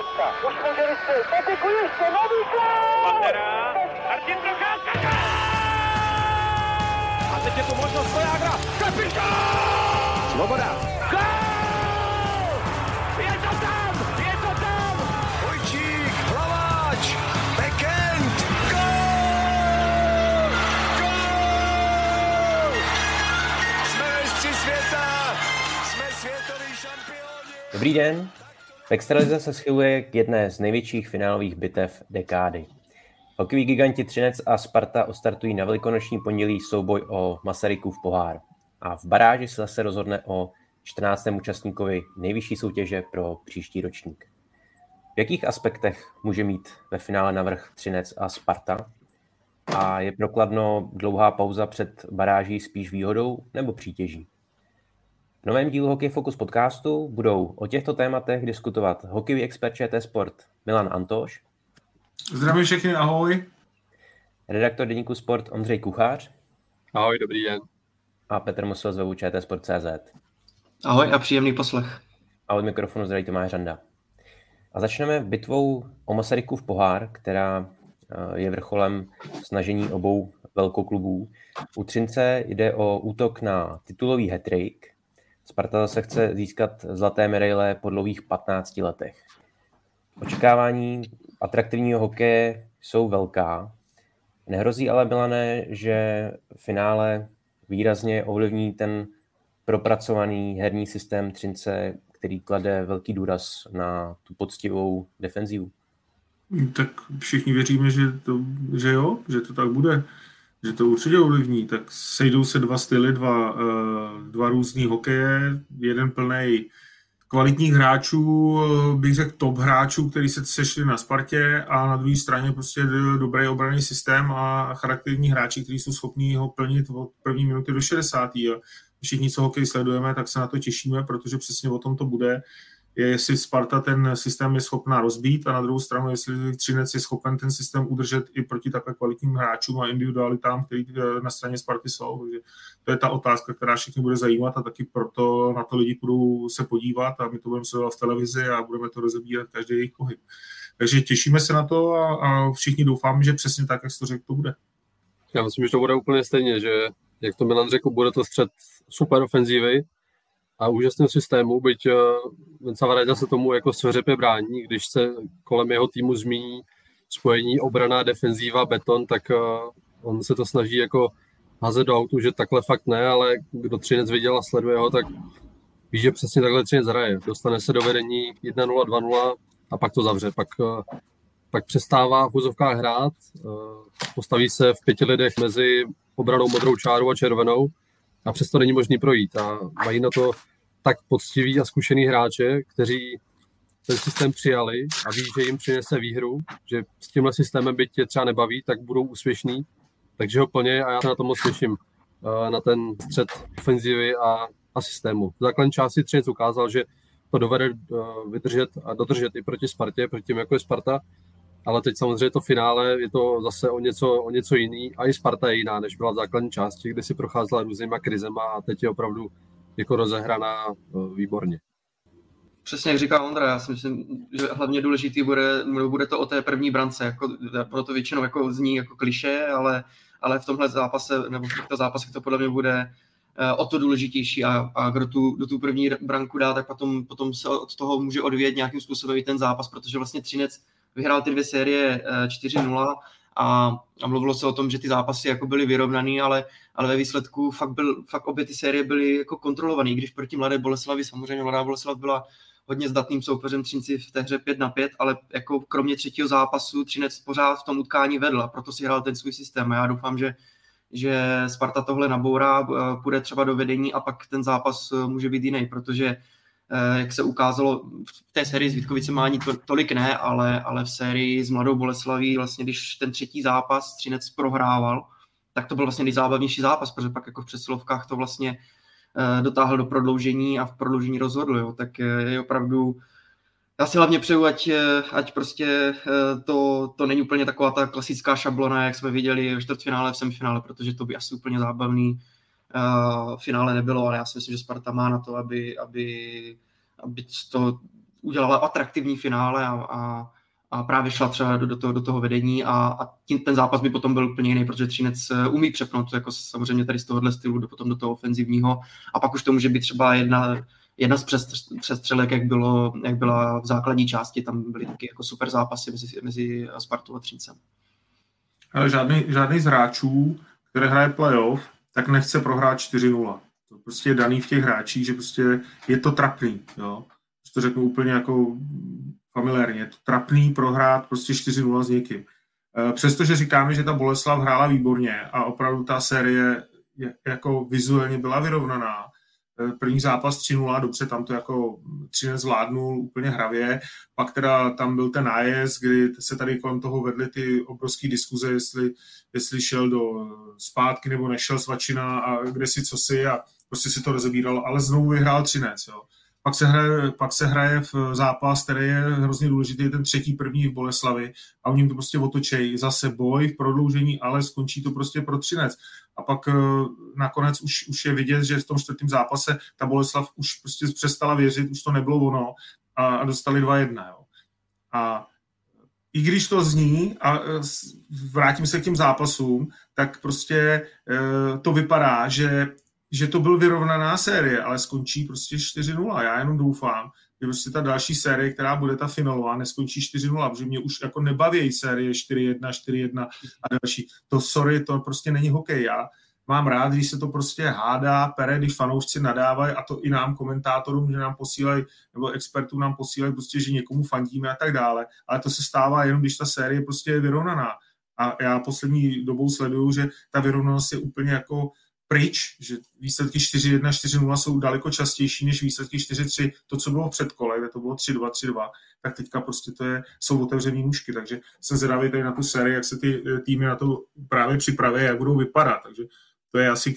Už může vystřelit, Patiku ještě, nový gól! Pantera, Martin Procházka! A teď je tu možnost Vojágra, kapitán! Svoboda! Gól! Je to tam! Je to tam! Vojčík, Hlaváč, Bekend, gól! Gól! Jsme mistři světa! Jsme světoví šampioni! Dobrý den. Extraliga se schyluje k jedné z největších finálových bitev dekády. Hokejoví giganti Třinec a Sparta odstartují na velikonoční pondělí souboj o Masarykův pohár. A v baráži se rozhodne o 14. účastníkovi nejvyšší soutěže pro příští ročník. V jakých aspektech může mít ve finále navrch Třinec a Sparta? A je pro Kladno dlouhá pauza před baráží spíš výhodou nebo přítěží? V novém dílu Hokej Focus podcastu budou o těchto tématech diskutovat hokejový expert ČT Sport Milan Antoš. Zdravím všechny, ahoj. Redaktor deníku Sport Ondřej Kuchař. Ahoj, dobrý den. A Petr Musil z webu čtsport.cz. Ahoj a příjemný poslech. A od mikrofonu zdraví Tomáš Řanda. A začneme bitvou o Masarykův pohár, která je vrcholem snažení obou velkoklubů. U Třince jde o útok na titulový hat-trick. Sparta zase chce získat zlaté medaile po dlouhých 15 letech. Očekávání atraktivního hokeje jsou velká. Nehrozí ale, Milane, že v finále výrazně ovlivní ten propracovaný herní systém Třince, který klade velký důraz na tu poctivou defenzivu? Tak všichni věříme, že to tak bude. Že to určitě ovlivní, tak sejdou se dva styly, dva různý hokeje, jeden plnej kvalitních hráčů, bych řekl top hráčů, kteří se sešli na Spartě, a na druhé straně prostě dobrý obranný systém a charakterní hráči, kteří jsou schopní ho plnit od první minuty do 60. A všichni, co hokej sledujeme, tak se na to těšíme, protože přesně o tom to bude. Jestli Sparta ten systém je schopná rozbít, a na druhou stranu, jestli Třinec je schopen ten systém udržet i proti takhle kvalitním hráčům a individualitám, který na straně Sparty jsou. Takže to je ta otázka, která všechny bude zajímat, a taky proto na to lidi budou se podívat a my to budeme sledovat v televizi a budeme to rozebírat každý jejich pohyb. Takže těšíme se na to a všichni doufáme, že přesně tak, jak jsi to řekl, to bude. Já myslím, že to bude úplně stejně, že jak to Milan řekl, bude to střed super ofenzívy a úžasného systému, byť Venca Varada se tomu jako sveřepě brání, když se kolem jeho týmu zmíní spojení obrana, defenzíva, beton, tak on se to snaží jako házet do autu, že takhle fakt ne, ale kdo Třinec viděl a sleduje ho, tak ví, že přesně takhle Třinec hraje. Dostane se do vedení 1-0, 2-0 a pak to zavře. Pak přestává v úzovkách hrát, postaví se v 5 lidech mezi obranou modrou čárou a červenou a přesto není možný projít. A mají na to tak poctiví a zkušený hráče, kteří ten systém přijali a ví, že jim přinese výhru, že s tímhle systémem, byť tě třeba nebaví, tak budou úspěšní. Takže ho plně a já se na to moc těším, na ten střed ofenzivy a systému. V základní části Třinec ukázal, že to dovede vydržet a dodržet i proti Spartě, proti tím, jako je Sparta. Ale teď samozřejmě to finále je to zase o něco jiný a i Sparta je jiná, než byla v základní části, kde si procházela různýma krizema a teď je opravdu jako rozehraná výborně. Přesně jak říká Ondra, já si myslím, že hlavně důležitý bude to o té první brance, jako, proto většinou jako zní jako klišé, ale v tomhle zápase, nebo v těchto zápasech to podle mě bude o to důležitější a kdo tu první branku dá, tak potom se od toho může odvíjet nějakým způsobem i ten zápas, protože vlastně Třinec vyhrál ty 2 série 4-0 a mluvilo se o tom, že ty zápasy jako byly vyrovnaný, ale ve výsledku fakt obě ty série byly jako kontrolovaný, když proti Mladé Boleslavi, samozřejmě Mladá Boleslav byla hodně zdatným soupeřem Třinci v té hře 5-5, ale jako kromě třetího zápasu Třinec pořád v tom utkání vedl a proto si hrál ten svůj systém a já doufám, že Sparta tohle nabourá, půjde třeba do vedení a pak ten zápas může být jiný, protože jak se ukázalo v té sérii s Vítkovicema ani tolik ne, ale v sérii s Mladou Boleslaví, vlastně když ten třetí zápas Třinec prohrával, tak to byl vlastně nejzábavnější zápas, protože pak jako v přesilovkách to vlastně dotáhl do prodloužení a v prodloužení rozhodl, jo. Tak je opravdu, já si hlavně přeju, ať prostě to není úplně taková ta klasická šablona, jak jsme viděli v čtvrtfinále, v semifinále, protože to by asi úplně zábavný finále nebylo, ale já si myslím, že Sparta má na to, aby to udělala atraktivní finále a právě šla třeba do toho vedení a ten zápas by potom byl úplně jiný, protože Třinec umí přepnout jako samozřejmě tady z tohohle stylu potom do toho ofenzivního a pak už to může být třeba jedna z přestřelek, jak byla v základní části, tam byly taky jako super zápasy mezi Spartou a Třincem. Ale žádný z hráčů, který hraje playoff, tak nechce prohrát 4-0. To prostě je daný v těch hráčích, že prostě je to trapný, jo. To řeknu úplně jako familiárně. Je to trapný prohrát prostě 4-0 s někým. Přestože říkáme, že ta Boleslav hrála výborně a opravdu ta série jako vizuálně byla vyrovnaná. První zápas 3-0, dobře, tam to jako Třinec zvládnul úplně hravě, pak teda tam byl ten nájezd, kdy se tady kolem toho vedly ty obrovské diskuze, jestli šel zpátky nebo nešel Svačina a kde si cosi a prostě si to rozebíralo, ale znovu vyhrál Třinec, jo. Pak se hraje v zápas, který je hrozně důležitý, ten 3. v Boleslavi a u ním to prostě otočej. Zase boj v prodloužení, ale skončí to prostě pro Třinec. A pak nakonec už je vidět, že v tom 4. zápase ta Boleslav už prostě přestala věřit, už to nebylo ono a dostali 2-1. Jo. A i když to zní a vrátím se k těm zápasům, tak prostě to vypadá, že to byl vyrovnaná série, ale skončí prostě 4-0. Já jenom doufám, že prostě ta další série, která bude ta finálová, neskončí 4-0, protože mě už jako nebaví série 4-1, 4-1 a další. To prostě není hokej. Já mám rád, když se to prostě hádá, pere, když fanoušci nadávají a to i nám, komentátorům, že nám posílají, nebo expertům nám posílají prostě, že někomu fandíme a tak dále. Ale to se stává jenom, když ta série prostě je vyrovnaná. A já poslední dobou sleduju, že ta vyrovnanost je úplně jako pryč, že výsledky 4-1, 4-0 jsou daleko častější než výsledky 4-3. To, co bylo v předkole, kde to bylo 3-2, 3-2, tak teďka prostě jsou otevřený nůžky, takže jsem zvědavý tady na tu sérii, jak se ty týmy na to právě připraví, jak budou vypadat, takže to je asi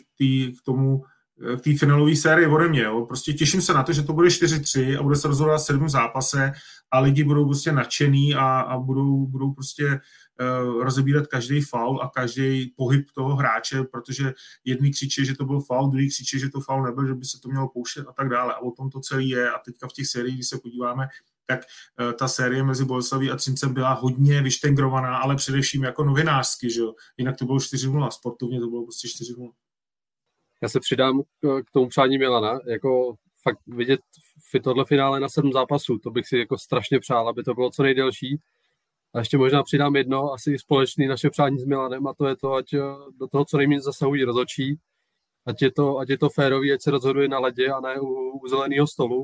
k té finálové sérii ode mě, jo. Prostě těším se na to, že to bude 4-3 a bude se rozhodovat v 7. zápase a lidi budou prostě nadšený a budou prostě rozebírat každý faul a každý pohyb toho hráče, protože jedni křičí, že to byl faul, druhý křičí, že to faul nebyl, že by se to mělo pouštět a tak dále. A o tom to celé je. A teďka v těch sériích, když se podíváme, tak ta série mezi Boleslaví a Třincem byla hodně vyštengrovaná, ale především jako novinářsky, že jo. Jinak to bylo 4-0, sportovně to bylo prostě 4-0. Já se přidám k tomu přání Milana, jako fakt vidět tohle finále na 7 zápasů, to bych si jako strašně přál, aby to bylo co nejdelší. A ještě možná přidám jedno, asi společný naše přání s Milanem, a to je to, ať do toho co nejméně zasahují rozhodčí, ať je to férový, ať se rozhoduje na ledě a ne u zeleného stolu.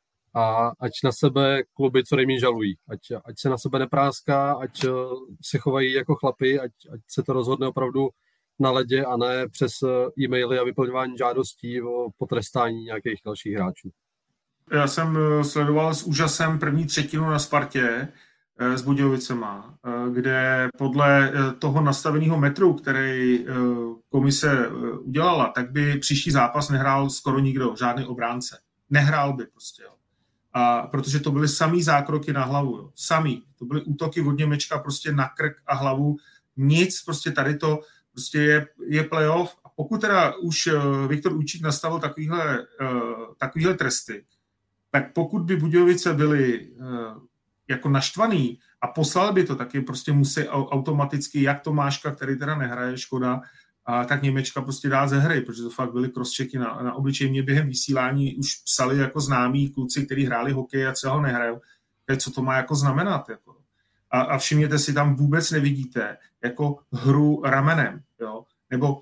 A ať na sebe kluby co nejméně žalují. Ať se na sebe nepráská, ať se chovají jako chlapi, ať se to rozhodne opravdu na ledě a ne přes e-maily a vyplňování žádostí o potrestání nějakých dalších hráčů. Já jsem sledoval s úžasem první třetinu na Spartě s Budějovicema, kde podle toho nastaveného metru, který komise udělala, tak by příští zápas nehrál skoro nikdo, žádný obránce. Nehrál by prostě, jo. A protože to byly samý zákroky na hlavu, jo. Samý. To byly útoky od Němečka prostě na krk a hlavu. Nic, prostě tady to prostě je playoff. A pokud teda už Viktor Ujčík nastavil takovýhle tresty, tak pokud by Budějovice byly jako naštvaný a poslal by to, tak je prostě musí automaticky, jak Tomáška, který teda nehraje, škoda, a tak Němečka prostě dá ze hry, protože to fakt byly crosschecky na obličeji. Mě během vysílání už psali jako známí kluci, kteří hráli hokej a třeba ho nehrajou, co to má jako znamenat. Jako. A všimněte si, tam vůbec nevidíte jako hru ramenem, jo? Nebo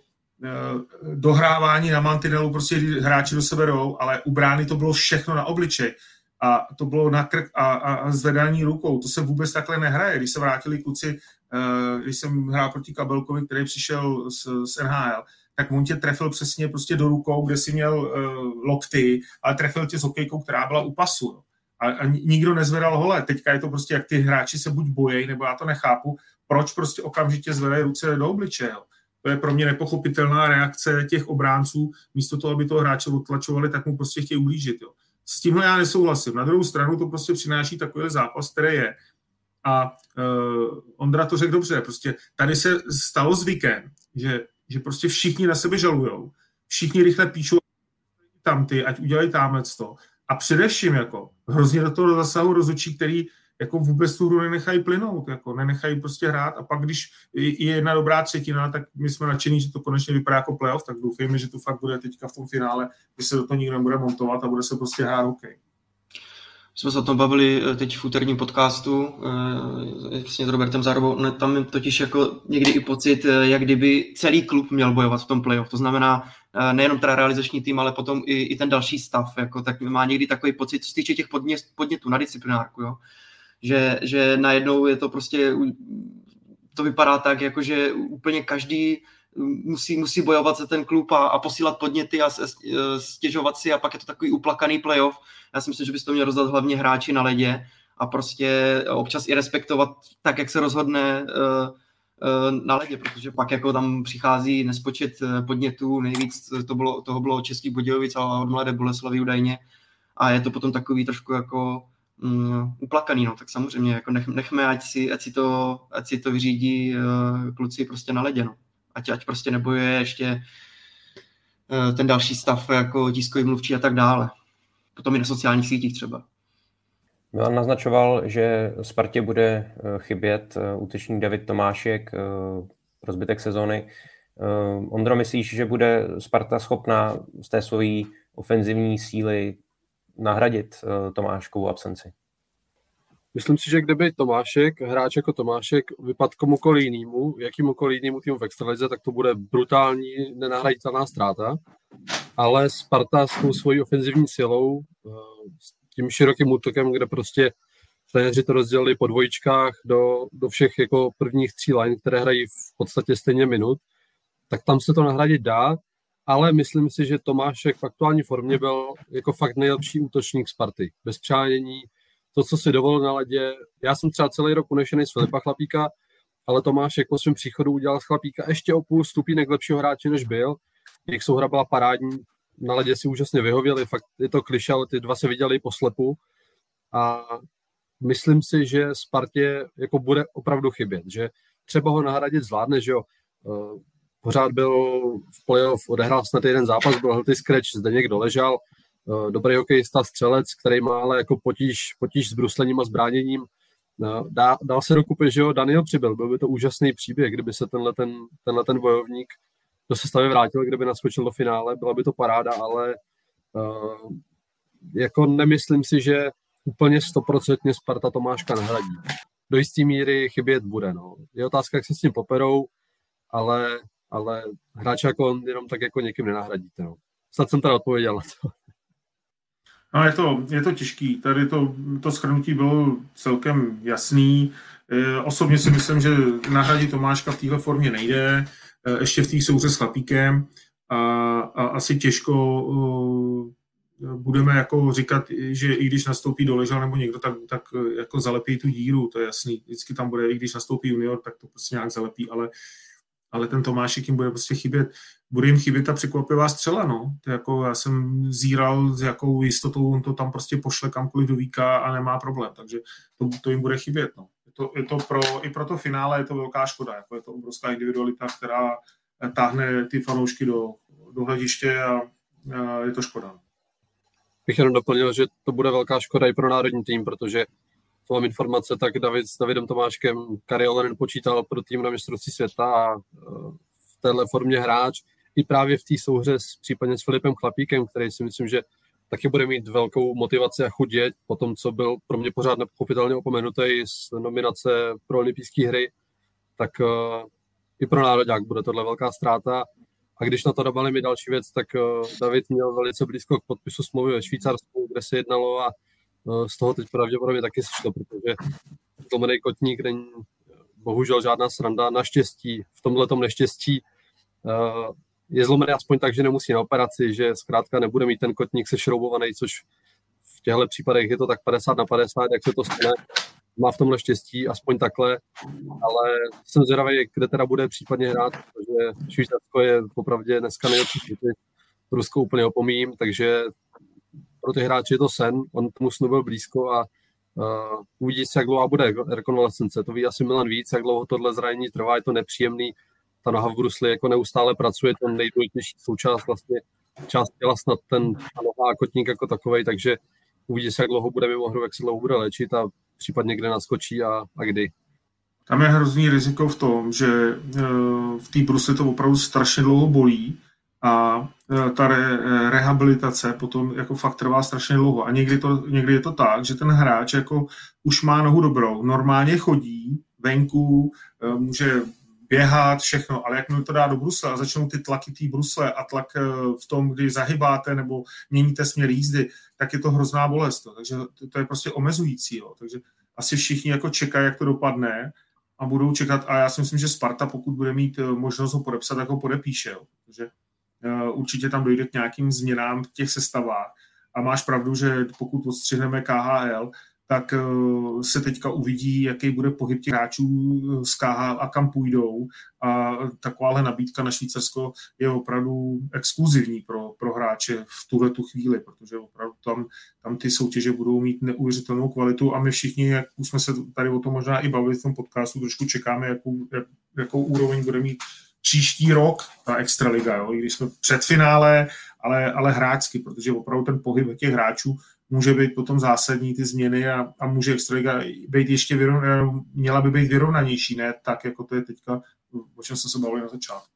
dohrávání na mantinelu, prostě hráči do sebe jdou, ale u brány to bylo všechno na obličej. A to bylo na krk a zvedání rukou. To se vůbec takhle nehraje. Když se vrátili kluci, když jsem hrál proti Kabelkovi, který přišel z NHL, tak on tě trefil přesně prostě do rukou, kde si měl lokty, ale trefil tě s hokejkou, která byla u pasu. A nikdo nezvedal hole. Teďka je to prostě, jak ty hráči se buď bojejí, nebo já to nechápu, proč prostě okamžitě zvedají ruce do obličeje. To je pro mě nepochopitelná reakce těch obránců. Místo toho, aby toho hráče odtlačovali, tak mu prostě chtějí ublížit. Jo. S tímhle já nesouhlasím. Na druhou stranu to prostě přináší takový zápas, který je. A Ondra to řekl dobře. Prostě tady se stalo zvykem, že prostě všichni na sebe žalujou. Všichni rychle píšou tamty, ať udělají támec to. A především jako hrozně do toho zasahu rozhodčí, který jako vůbec tu hru nenechají plynout, jako nenechají prostě hrát a pak, když je jedna dobrá třetina, tak my jsme nadšení, že to konečně vypadá jako playoff, tak doufejme, že to fakt bude teďka v tom finále, když se do toho nikdo nebude montovat a bude se prostě hrát hokej. Jsme se o tom bavili teď v úterním podcastu vlastně s Robertem Zárobou. Tam je totiž jako někdy i pocit, jak kdyby celý klub měl bojovat v tom playoff. To znamená nejenom teda realizační tým, ale potom i ten další stav. Jako, tak má někdy takový pocit, co se týče těch podnětů na disciplinárku. Jo? Že najednou je to prostě, to vypadá tak, jako že úplně každý musí bojovat za ten klub a posílat podněty a stěžovat si a pak je to takový uplakaný playoff. Já si myslím, že by se to měl rozdat hlavně hráči na ledě a prostě občas i respektovat tak, jak se rozhodne na ledě, protože pak jako tam přichází nespočet podnětů, nejvíc toho bylo od Českých Budějovic a od Mladé Boleslavi údajně a je to potom takový trošku jako uplakaný, no, tak samozřejmě jako nechme, ať si to vyřídí kluci prostě na ledě, no. Ať prostě nebojuje ještě ten další stav jako tiskový mluvčí a tak dále. Potom i na sociálních sítích třeba. Milan naznačoval, že Spartě bude chybět útočník David Tomášek pro zbytek sezóny. Ondro, myslíš, že bude Sparta schopná z té svojí ofenzivní síly nahradit Tomáškovu absenci? Myslím si, že kdyby hráč jako Tomášek vypadl komukoliv jinému týmu v extralize, tak to bude brutální, nenahraditelná ztráta. Ale Sparta s tou svojí ofenzivní silou, s tím širokým útokem, kde prostě trenéři to rozdělili po dvojičkách do všech jako prvních 3 line, které hrají v podstatě stejně minut, tak tam se to nahradit dá, ale myslím si, že Tomášek v aktuální formě byl jako fakt nejlepší útočník Sparty. Bez přánění, to, co si dovolil na ledě. Já jsem třeba celý rok unešený z Filipa Chlapíka, ale Tomášek po svém příchodu udělal z Chlapíka ještě o půl stupínek lepšího hráče, než byl. Jejich souhra byla parádní, na ledě si úžasně vyhověli, fakt je to klišé, ale ty dva se viděli po slepu a myslím si, že Spartě jako bude opravdu chybět, že třeba ho nahradit zvládne, že jo, pořád byl v playoff, odehrál snad jeden zápas, byl hltý scratch, Zdeněk Doležal, dobrý hokejista, střelec, který má ale jako potíž s bruslením a s bráněním. Dal se dokupy, že jo, Daniel Přibyl, byl by to úžasný příběh, kdyby se tenhle bojovník do sestavy vrátil, kdyby naskočil do finále, byla by to paráda, ale jako nemyslím si, že úplně 100% Sparta Tomáška nahradí. Do jisté míry chybět bude, no. Je otázka, jak se s tím poperou, ale hráče jako on jenom tak jako někým nenahradíte, no. Snad jsem teda odpověděl na to. No, je to těžký. Tady to shrnutí bylo celkem jasný. Osobně si myslím, že nahradit Tomáška v téhle formě nejde. Ještě v té souhře s Chlapíkem a asi těžko budeme jako říkat, že i když nastoupí Doležal nebo někdo, tak jako zalepí tu díru, to je jasný. Vždycky tam bude, i když nastoupí junior, tak to prostě nějak zalepí, ale ten Tomášek jim bude prostě chybět. Bude jim chybět ta překvapivá střela, no. To jako já jsem zíral, s jakou jistotou on to tam prostě pošle kamkoliv do víka a nemá problém, takže to jim bude chybět, no. Je to i pro to finále je to velká škoda, jako je to obrovská individualita, která táhne ty fanoušky do hlediště a je to škoda. Bych jenom doplnil, že to bude velká škoda i pro národní tým, protože to mám informace, tak s Davidem Tomáškem Kari Olenin počítal pro tým na mistrovství světa a v téhle formě hráč i právě v té souhře případně s Filipem Chlapíkem, který si myslím, že taky bude mít velkou motivaci a chuť jet po tom, co byl pro mě pořád nepochopitelně opomenutý z nominace pro olympijské hry, tak i pro národák bude tohle velká ztráta. A když na to dobalím i další věc, tak David měl velice blízko k podpisu smlouvy ve Švýcarsku, kde se jednalo a z toho teď pravděpodobně taky sešlo, protože zlomený kotník není bohužel žádná sranda. Naštěstí, v tomhletom neštěstí je zlomený aspoň tak, že nemusí na operaci, že zkrátka nebude mít ten kotník sešroubovaný, což v těchto případech je to tak 50/50, jak se to stane. Má v tomhle štěstí, aspoň takhle, ale jsem zvědavý, kde teda bude případně hrát, protože Švýcarsko je popravdě dneska nejlepší, Rusko úplně opomíjím, takže pro ty hráče je to sen, on tomu snu byl blízko a uvidí se, jak dlouho bude rekonvalescence. To ví asi Milan víc, jak dlouho tohle zranění trvá, je to nepříjemný, ta noha v brusli jako neustále pracuje, to nejdůležitější součást vlastně část těla snad ta noha a kotník jako takovej, takže Uvidí se, jak dlouho bude mimo hru, jak se dlouho bude léčit a případně kde naskočí a kdy. Tam je hrozný riziko v tom, že v té brusli to opravdu strašně dlouho bolí a ta rehabilitace potom jako fakt trvá strašně dlouho. A někdy je to tak, že ten hráč jako už má nohu dobrou, normálně chodí venku, může běhat, všechno, ale jakmile to dá do brusle a začnou ty tlaky té brusle a tlak v tom, kdy zahybáte nebo měníte směr jízdy, tak je to hrozná bolest. Takže to je prostě omezující. Jo. Takže asi všichni jako čekají, jak to dopadne a budou čekat. A já si myslím, že Sparta, pokud bude mít možnost ho podepsat, tak ho podepíše. Jo. Takže určitě tam dojde k nějakým změnám v těch sestavách. A máš pravdu, že pokud odstřihneme KHL, tak se teďka uvidí, jaký bude pohyb těch hráčů z KHL a kam půjdou. A takováhle nabídka na Švýcarsko je opravdu exkluzivní pro hráče v tuhletu chvíli, protože opravdu tam ty soutěže budou mít neuvěřitelnou kvalitu a my všichni, jak už jsme se tady o tom možná i bavili v tom podcastu, trošku čekáme, jakou úroveň bude mít příští rok ta extraliga, jo? I když jsme před finále, ale hráčsky, protože opravdu ten pohyb těch hráčů může být potom zásadní ty změny a může extraliga být ještě měla by být vyrovnanější, ne tak, jako to je teďka, o čem jsme se bavili na začátku.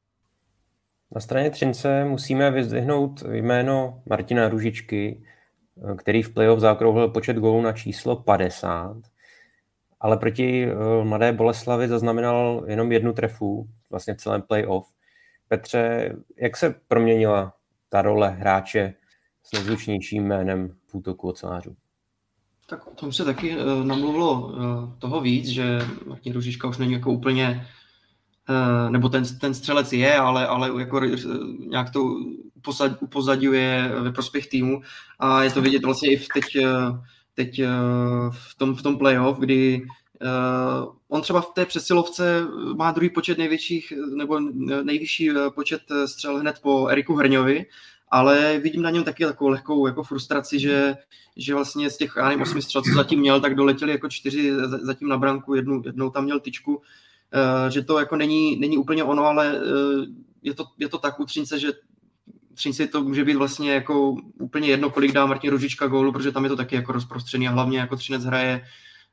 Na straně Třince musíme vyzdvihnout jméno Martina Růžičky, který v playoff zaokrouhlil počet gólů na číslo 50, ale proti Mladé Boleslavi zaznamenal jenom 1 trefu vlastně v celém playoff. Petře, jak se proměnila ta role hráče s nejzvučnějším jménem v útoku ocelářů? Tak o tom se taky namluvilo toho víc, že Martin Růžička už není jako úplně, nebo ten střelec je, ale jako nějak to upozadňuje ve prospěch týmu a je to vidět vlastně i teď v tom playoff, kdy on třeba v té přesilovce má druhý počet nejvyšší počet střel hned po Eriku Hrňovi, ale vidím na něm taky takovou lehkou jako frustraci, že vlastně z těch 8 střel, co zatím měl, tak doletěli jako 4 zatím na branku, jednou tam měl tyčku, že to jako není úplně ono, ale je to tak u Třince, že Třinci to může být vlastně jako úplně jedno, kolik dá Martin Růžička gólu, protože tam je to taky jako rozprostřený a hlavně jako Třinec hraje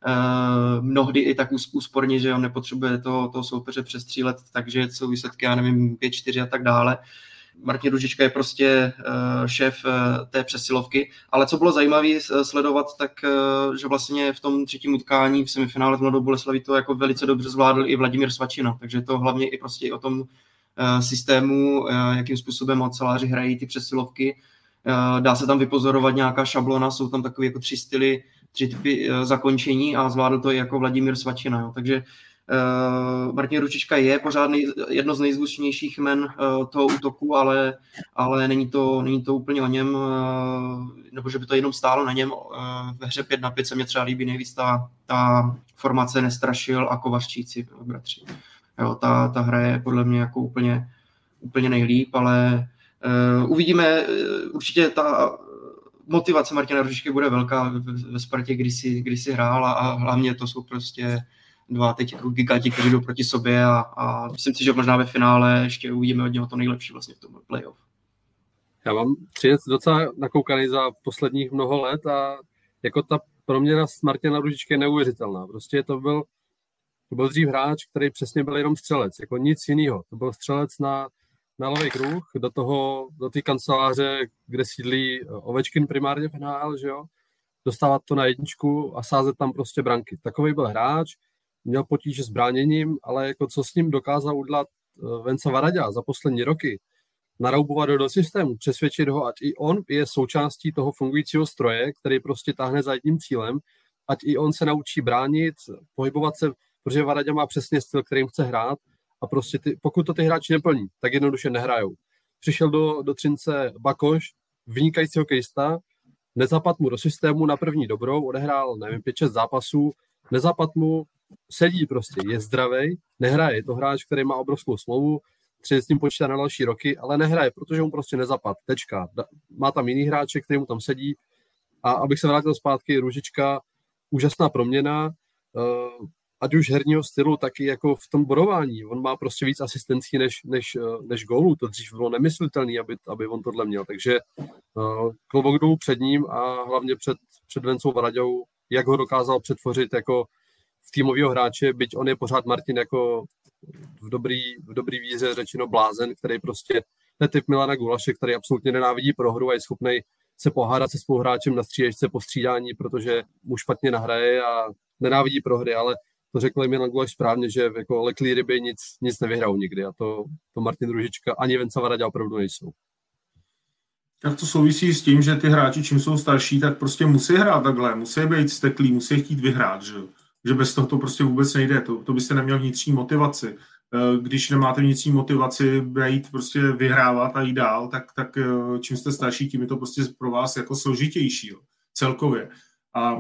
mnohdy i tak úsporně, že on nepotřebuje toho soupeře přestřílet, takže jsou výsledky, já nevím, 5-4 a tak dále. Martin Růžička je prostě šéf té přesilovky, ale co bylo zajímavé sledovat, tak že vlastně v tom třetím utkání v semifinále v Mladou Boleslaví to jako velice dobře zvládl i Vladimír Svačina, takže to hlavně i prostě o tom systému, jakým způsobem oceláři hrají ty přesilovky. Dá se tam vypozorovat nějaká šablona, jsou tam takové jako 3 typy zakončení a zvládl to i jako Vladimír Svačina. Jo. Takže Martin Růžička je pořád jedno z nejzvučnějších jmen toho útoku, ale není to úplně o něm, nebo že by to jenom stálo na něm. Ve hře 5-5 se mě třeba líbí nejvíc ta formace Nestrašil a Kovařčíci, bratři. Jo, ta hra je podle mě jako úplně nejlíp, ale uvidíme, určitě ta motivace Martina Růžičky bude velká ve Spartě, když si hrál a hlavně to jsou prostě 2 teď jako giganti, kteří jdou proti sobě a myslím si, že možná ve finále ještě uvidíme od něho to nejlepší vlastně v tom playoff. Já mám Třinec docela nakoukaný za posledních mnoho let a jako ta proměna s Martina Růžičky je neuvěřitelná. Prostě to byl dřív hráč, který přesně byl jenom střelec, jako nic jiného. To byl střelec na lový kruh, do té kanceláře, kde sídlí Ovečkin primárně v NHL, že jo? Dostávat to na jedničku a sázet tam prostě branky. Takový byl hráč, měl potíže s bráněním, ale jako co s ním dokázal udělat Venca Varaďa za poslední roky, naroubovat do systému, přesvědčit ho, ať i on je součástí toho fungujícího stroje, který prostě táhne za jedním cílem, ať i on se naučí bránit, pohybovat se, protože Varaďa má přesně styl, kterým chce hrát a prostě pokud to ty hráči neplní, tak jednoduše nehrajou. Přišel do Třince Bakoš, vynikající hokejista, nezapad mu do systému na první dobrou, odehrál, nevím, 5-6 zápasů, nezapad mu, sedí prostě, je zdravej, nehraje, je to hráč, který má obrovskou smlouvu, Třinec s ním počítá na další roky, ale nehraje, protože mu prostě nezapad, tečka. Má tam jiný hráče, který mu tam sedí a abych se vrátil zpátky, Růžička, úžasná proměna, ať už herního stylu, tak i jako v tom bodování. On má prostě víc asistencí než gólů. To dřív bylo nemyslitelné, aby on tohle měl. Takže klobouk dolů před ním a hlavně před Vencou Varaďou, jak ho dokázal přetvořit jako v týmového hráče, byť on je pořád Martin jako v dobrý víře řečeno blázen, který prostě je typ Milana Gulaše, který absolutně nenávidí prohru a je schopný se pohádat se spoluhráčem na střídačce po střídání, protože mu špatně nahraje a nenávidí prohry, ale to řekl Milan Gulaš správně, že jako leklý ryby nic nevyhrajou nikdy a to Martin Růžička ani Venca Varaďa opravdu nejsou. Tak to souvisí s tím, že ty hráči, čím jsou starší, tak prostě musí hrát takhle, musí být steklí, musí chtít vyhrát, že bez toho to prostě vůbec nejde, to byste neměl vnitřní motivaci. Když nemáte vnitřní motivaci být prostě vyhrávat a jít dál, tak čím jste starší, tím je to prostě pro vás jako složitější, jo, celkově. A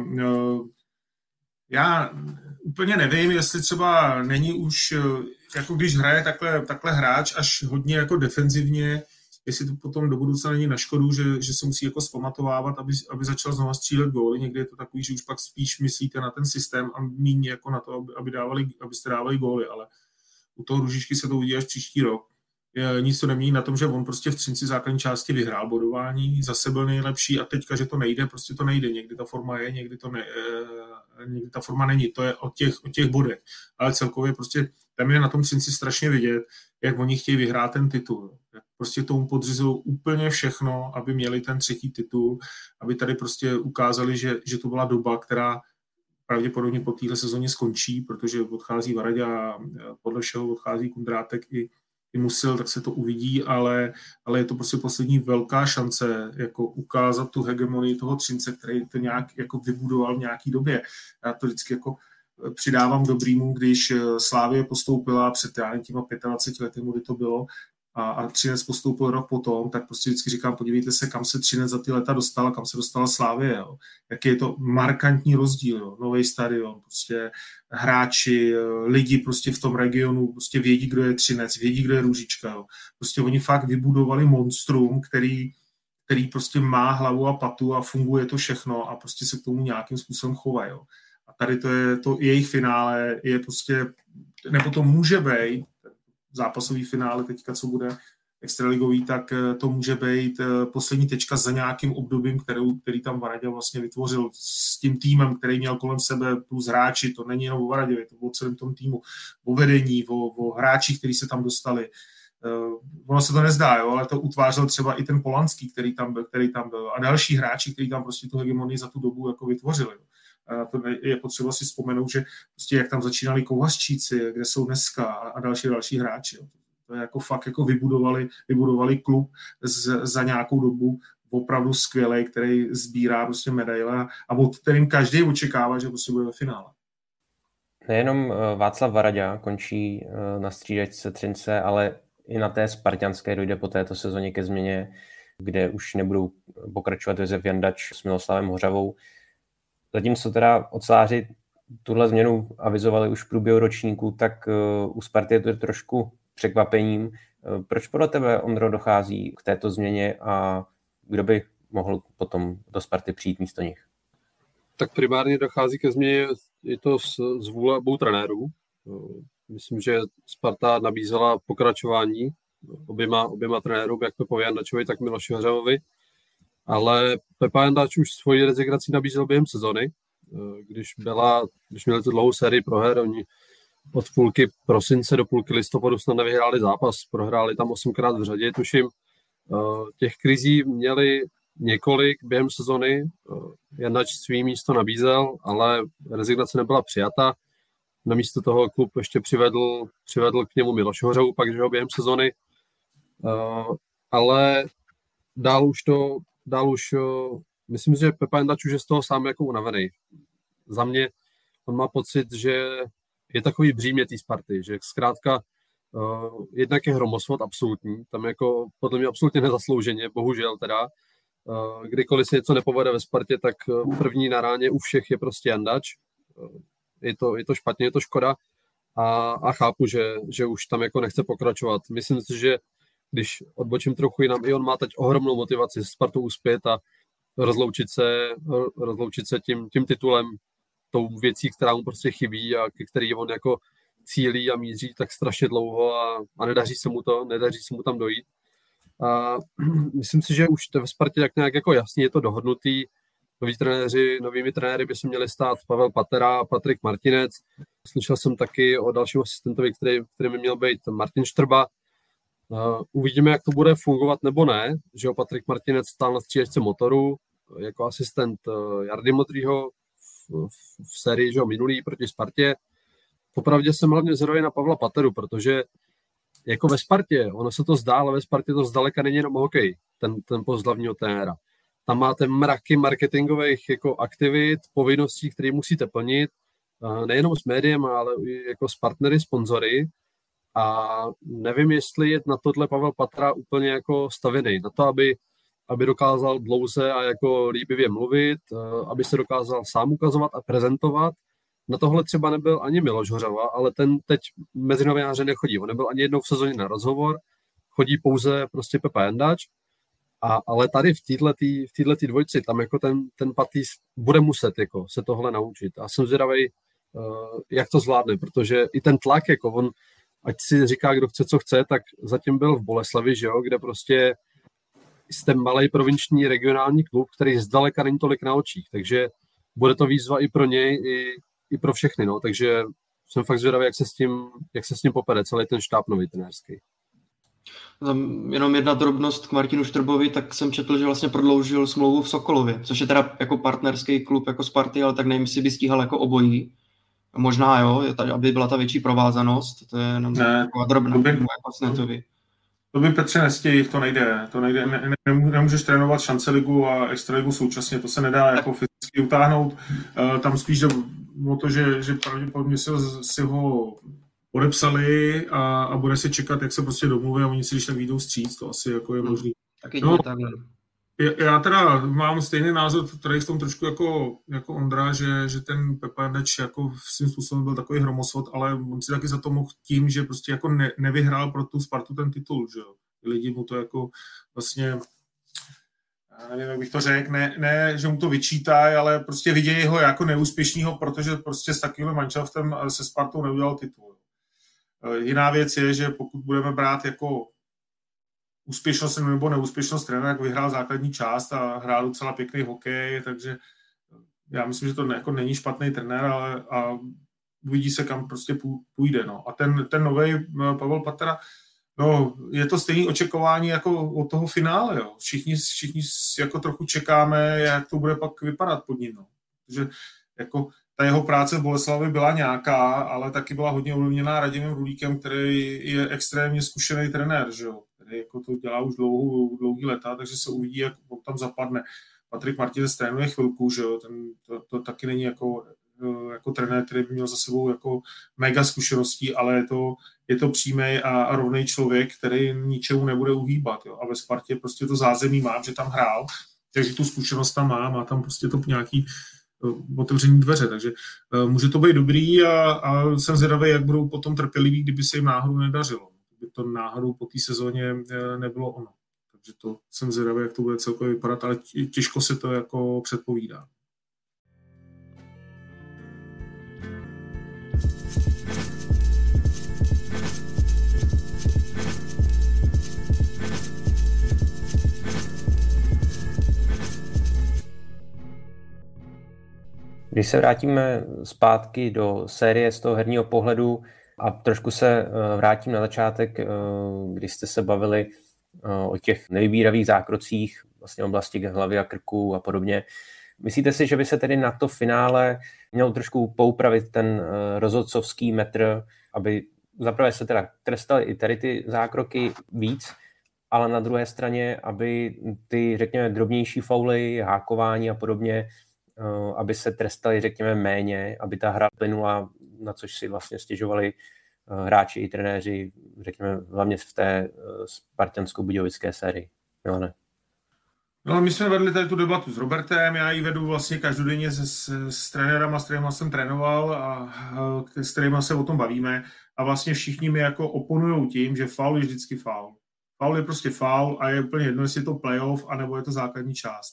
já úplně nevím, jestli třeba není už, jako když hraje takhle hráč až hodně jako defenzivně, jestli to potom do budoucna není na škodu, že se musí jako zpamatovávat, aby začal znovu střílet góly. Někdy je to takový, že už pak spíš myslíte na ten systém a míň jako na to, abyste dávali góly, ale u toho Růžičky se to uvidí až příští rok. Nic to nemění na tom, že on prostě v Třinci základní části vyhrál bodování, zase byl nejlepší a teďka, že to nejde, prostě to nejde. Někdy ta forma je, někdy ta forma není. To je o těch bodech. Ale celkově prostě tam je na tom Třinci strašně vidět, jak oni chtějí vyhrát ten titul. Jak prostě tomu podřizují úplně všechno, aby měli ten třetí titul, aby tady prostě ukázali, že to byla doba, která pravděpodobně po téhle sezóně skončí, protože odchází Varaďa a podle všeho odchází Kundrátek i Musil, tak se to uvidí, ale je to prostě poslední velká šance jako ukázat tu hegemonii toho Třince, který to nějak jako vybudoval v nějaký době. Já to vždycky jako přidávám dobrýmu, když Slavie postoupila před těma 25 lety, kdy to bylo, a Třinec postoupil rok potom, tak prostě vždycky říkám, podívejte se, kam se Třinec za ty leta dostala, kam se dostala Slavie, jo. Jaký je to markantní rozdíl, jo. Nový stadion, prostě hráči, lidi prostě v tom regionu prostě vědí, kdo je Třinec, vědí, kdo je Růžička, jo. Prostě oni fakt vybudovali monstrum, který prostě má hlavu a patu a funguje to všechno a prostě se k tomu nějakým způsobem chová, jo. A tady to jejich finále je prostě, nebo to může být zápasový finále teďka, co bude extraligový, tak to může být poslední tečka za nějakým obdobím, který tam Varaďa vlastně vytvořil s tím týmem, který měl kolem sebe plus hráči, to není jenom o Varaďovi, to bylo o celém tom týmu, o vedení, o hráčích, kteří se tam dostali. Ono se to nezdá, jo, ale to utvářel třeba i ten Polanský, který tam byl a další hráči, kteří tam prostě tu hegemonii za tu dobu jako vytvořili. To je potřeba si vzpomenout, že prostě jak tam začínali Kovařčíci, kde jsou dneska a další hráči. Jo. To je jako fakt jako vybudovali klub za nějakou dobu opravdu skvělej, který sbírá prostě medaile a od kterým každý očekává, že prostě bude ve finále. Nejenom Václav Varaďa končí na střídačce Třince, ale i na té spartanské dojde po této sezóně ke změně, kde už nebudou pokračovat Josef Jandač s Miloslavem Hořavou. Zatímco teda oceláři tuhle změnu avizovali už v průběhu ročníku, tak u Sparty je to trošku překvapením. Proč podle tebe, Ondro, dochází k této změně a kdo by mohl potom do Sparty přijít místo nich? Tak primárně dochází ke změně, je to z vůle obou trenérů. Myslím, že Sparta nabízela pokračování oběma trenérům, jak Pepovi Jandačovi, tak Miloši Hořavovi. Ale Pepa Jandač už svoji rezignaci nabízel během sezony, když měli tu dlouhou sérii proher, oni od půlky prosince do půlky listopadu snad nevyhráli zápas, prohráli tam 8krát v řadě, tuším. Těch krizí měli několik během sezony, Jandač svý místo nabízel, ale rezignace nebyla přijata. Namísto toho klub ještě přivedl k němu Miloše Hořavu, pak že ho během sezony, ale dál už myslím, že Pepa Jandač už je z toho sám jako unavený. Za mě on má pocit, že je takový břímě té Sparty, že zkrátka jednak je hromosvod absolutní, tam jako podle mě absolutně nezaslouženě, bohužel teda, kdykoliv se něco nepovede ve Spartě, tak první na ráně u všech je prostě Jandač. Je to špatně, je to škoda a chápu, že už tam jako nechce pokračovat. Myslím si, že když odbočím trochu jinam, i on má teď ohromnou motivaci Spartu uspět a rozloučit se tím titulem tou věcí, která mu prostě chybí a ke který on jako cílí a míří tak strašně dlouho a nedaří se mu tam dojít. A myslím si, že už to ve Spartě tak nějak jako jasně je to dohodnutý. Novými trenéry by se měli stát Pavel Patera a Patrik Martinec. Slyšel jsem taky o dalším asistentovi, který by měl být Martin Štrba. Uvidíme, jak to bude fungovat nebo ne, že jo, Patrik Martinec stál na střídačce Motoru jako asistent Jardy Modrýho v sérii, že jo, minulý proti Spartě. Popravdě jsem hlavně zvědavý na Pavla Pateru, protože jako ve Spartě, ono se to zdá, ale ve Spartě to zdaleka není jenom hokej, ten post hlavního trenéra. Tam máte mraky marketingových jako aktivit, povinností, které musíte plnit, nejenom s médiem, ale i jako s partnery, sponzory. A nevím, jestli je na tohle Pavel Patra úplně jako stavěný. Na to, aby dokázal dlouze a jako líbivě mluvit, aby se dokázal sám ukazovat a prezentovat. Na tohle třeba nebyl ani Miloš Hořava, ale ten teď mezi novináře nechodí. On nebyl ani jednou v sezóně na rozhovor, chodí pouze prostě Pepa Jandač. Ale tady v této dvojci, tam jako ten Patý bude muset jako se tohle naučit. A jsem zvědavý, jak to zvládne, protože i ten tlak, jako on, ať si říká, kdo chce, co chce, tak zatím byl v Boleslavi, že jo, kde prostě jste malej provinční regionální klub, který zdaleka není tolik na očích, takže bude to výzva i pro něj, i pro všechny, no, takže jsem fakt zvědavý, jak se s tím popere celý ten štáb nový trenérský. Tam jenom jedna drobnost k Martinu Štrbovi, tak jsem četl, že vlastně prodloužil smlouvu v Sokolově, což je teda jako partnerský klub jako Sparty, ale tak nevím, jestli by stíhal jako obojí. Možná jo, aby byla ta větší provázanost, to je jenom taková drobná. To by Petře nestějí, to nejde. Nemůžeš trénovat šance ligu a extraligu současně, to se nedá jako fyzicky utáhnout. Tam spíš jde o to, že pravděpodobně si ho podepsali a bude se čekat, jak se prostě domluví a oni si když tak vyjdou vstříc, to asi jako je možný. No, já teda mám stejný názor, tady v tom trošku jako Ondra, že ten Pepa Jandač jako svým způsobem byl takový hromosvod, ale on si taky za to mohl tím, že prostě jako nevyhrál pro tu Spartu ten titul, že jo. Lidi mu to jako vlastně, nevím, jak bych to řekl, ne, že mu to vyčítají, ale prostě vidějí ho jako neúspěšnýho, protože prostě s takovým manšaftem se Spartou neudělal titul. Jiná věc je, že pokud budeme brát jako úspěšnost nebo neúspěšnost trenéra, jak vyhrál základní část a hrál docela pěkný hokej, takže já myslím, že to jako není špatný trenér, ale a uvidí se, kam prostě půjde. No. A ten novej Pavel Patera, no, je to stejné očekování jako od toho finále. Jo. Všichni jako trochu čekáme, jak to bude pak vypadat pod ním. No. Protože jako ta jeho práce v Boleslavi byla nějaká, ale taky byla hodně ovlivněná Radimem Rulíkem, který je extrémně zkušený trenér, že jo. Jako to dělá už dlouhý leta, takže se uvidí, jak on tam zapadne. Patrik Martinec trénuje chvilku, že jo, to taky není jako trenér, který by měl za sebou jako mega zkušeností, ale je to přímý a rovnej člověk, který ničemu nebude uhýbat, jo. A ve Spartě prostě to zázemí mám, že tam hrál, takže tu zkušenost tam má tam prostě to nějaký otevření dveře, takže může to být dobrý a jsem zvědavý, jak budou potom trpěliví, kdyby se jim náhodou nedařilo. By to náhodou po té sezóně nebylo ono. Takže to jsem zvědavý, jak to bude celkově vypadat, ale těžko se to jako předpovídá. Když se vrátíme zpátky do série z toho herního pohledu a trošku se vrátím na začátek, když jste se bavili o těch nevybíravých zákrocích, vlastně oblasti hlavy a krku a podobně. Myslíte si, že by se tedy na to finále měl trošku poupravit ten rozhodcovský metr, aby zaprvé se teda trestaly i tady ty zákroky víc, ale na druhé straně, aby ty, řekněme, drobnější fauly, hákování a podobně, aby se trestali, řekněme, méně, aby ta hra plynula, na což si vlastně stěžovali hráči i trenéři, řekněme, hlavně v té spartansko-budějovické sérii. Milane? No, my jsme vedli tady tu debatu s Robertem, já ji vedu vlastně každodenně s trenérama, s kterýma jsem trénoval a s kterýma se o tom bavíme a vlastně všichni mi jako oponujou tím, že faul je vždycky faul. Faul je prostě faul a je úplně jedno, jestli je to playoff, anebo je to základní část.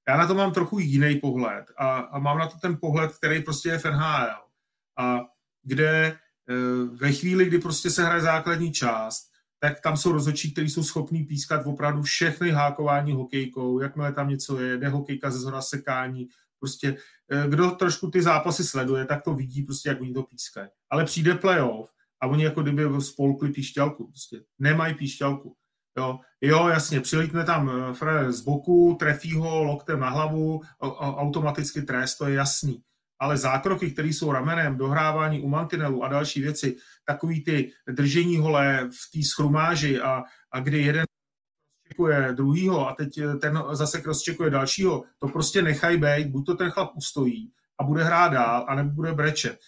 Já na to mám trochu jiný pohled a mám na to ten pohled, který prostě je v NHL. A kde ve chvíli, kdy prostě se hraje základní část, tak tam jsou rozhodčí, kteří jsou schopní pískat opravdu všechny hákování hokejkou, jakmile tam něco je, jde hokejka ze zhora sekání, prostě kdo trošku ty zápasy sleduje, tak to vidí prostě, jak oni to pískají. Ale přijde playoff a oni jako kdyby spolkli píšťalku, prostě nemají píšťalku. Jo, jasně, přilítne tam Fred z boku, trefí ho loktem na hlavu, automaticky trest, to je jasný. Ale zákroky, které jsou ramenem, dohrávání u mantinelu a další věci, takový ty držení hole v té schrumáži a kdy jeden crosscheckuje druhýho a teď ten zase crosscheckuje dalšího, to prostě nechají být, buď to ten chlap ustojí a bude hrát dál, anebo bude brečet.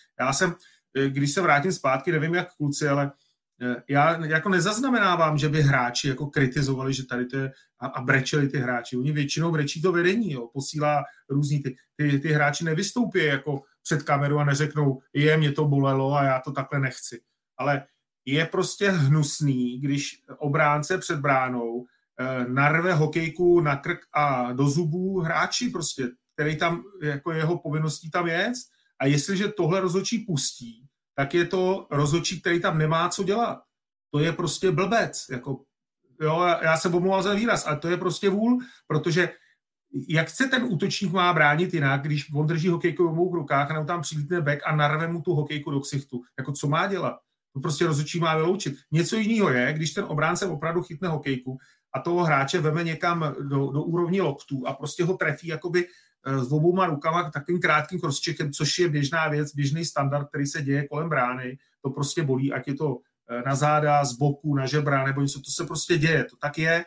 Když se vrátím zpátky, nevím jak kluci, ale já jako nezaznamenávám, že by hráči jako kritizovali, že tady to je a brečeli ty hráči. Oni většinou brečí to vedení, jo, posílá různý ty hráči nevystoupí jako před kameru a neřeknou, mě to bolelo a já to takhle nechci. Ale je prostě hnusný, když obránce před bránou narve hokejku na krk a do zubů hráči prostě, který tam jako jeho povinností tam jet. A jestliže tohle rozhodčí pustí, tak je to rozhodčí, který tam nemá co dělat. To je prostě blbec. Jako, jo, já se omlouvám za výraz, ale to je prostě vůl, protože jak se ten útočník má bránit jinak, když on drží hokejku v obou rukách a nebo tam přilítne back a narve mu tu hokejku do ksichtu. Jako co má dělat? To prostě rozhodčí má vyloučit. Něco jiného je, když ten obránce opravdu chytne hokejku a toho hráče veme někam do úrovni loktů a prostě ho trefí jakoby s obouma rukama takovým krátkým crosscheckem, což je běžná věc, běžný standard, který se děje kolem brány. To prostě bolí, ať je to na záda, z boku, na žebra, nebo něco, to se prostě děje, to tak je.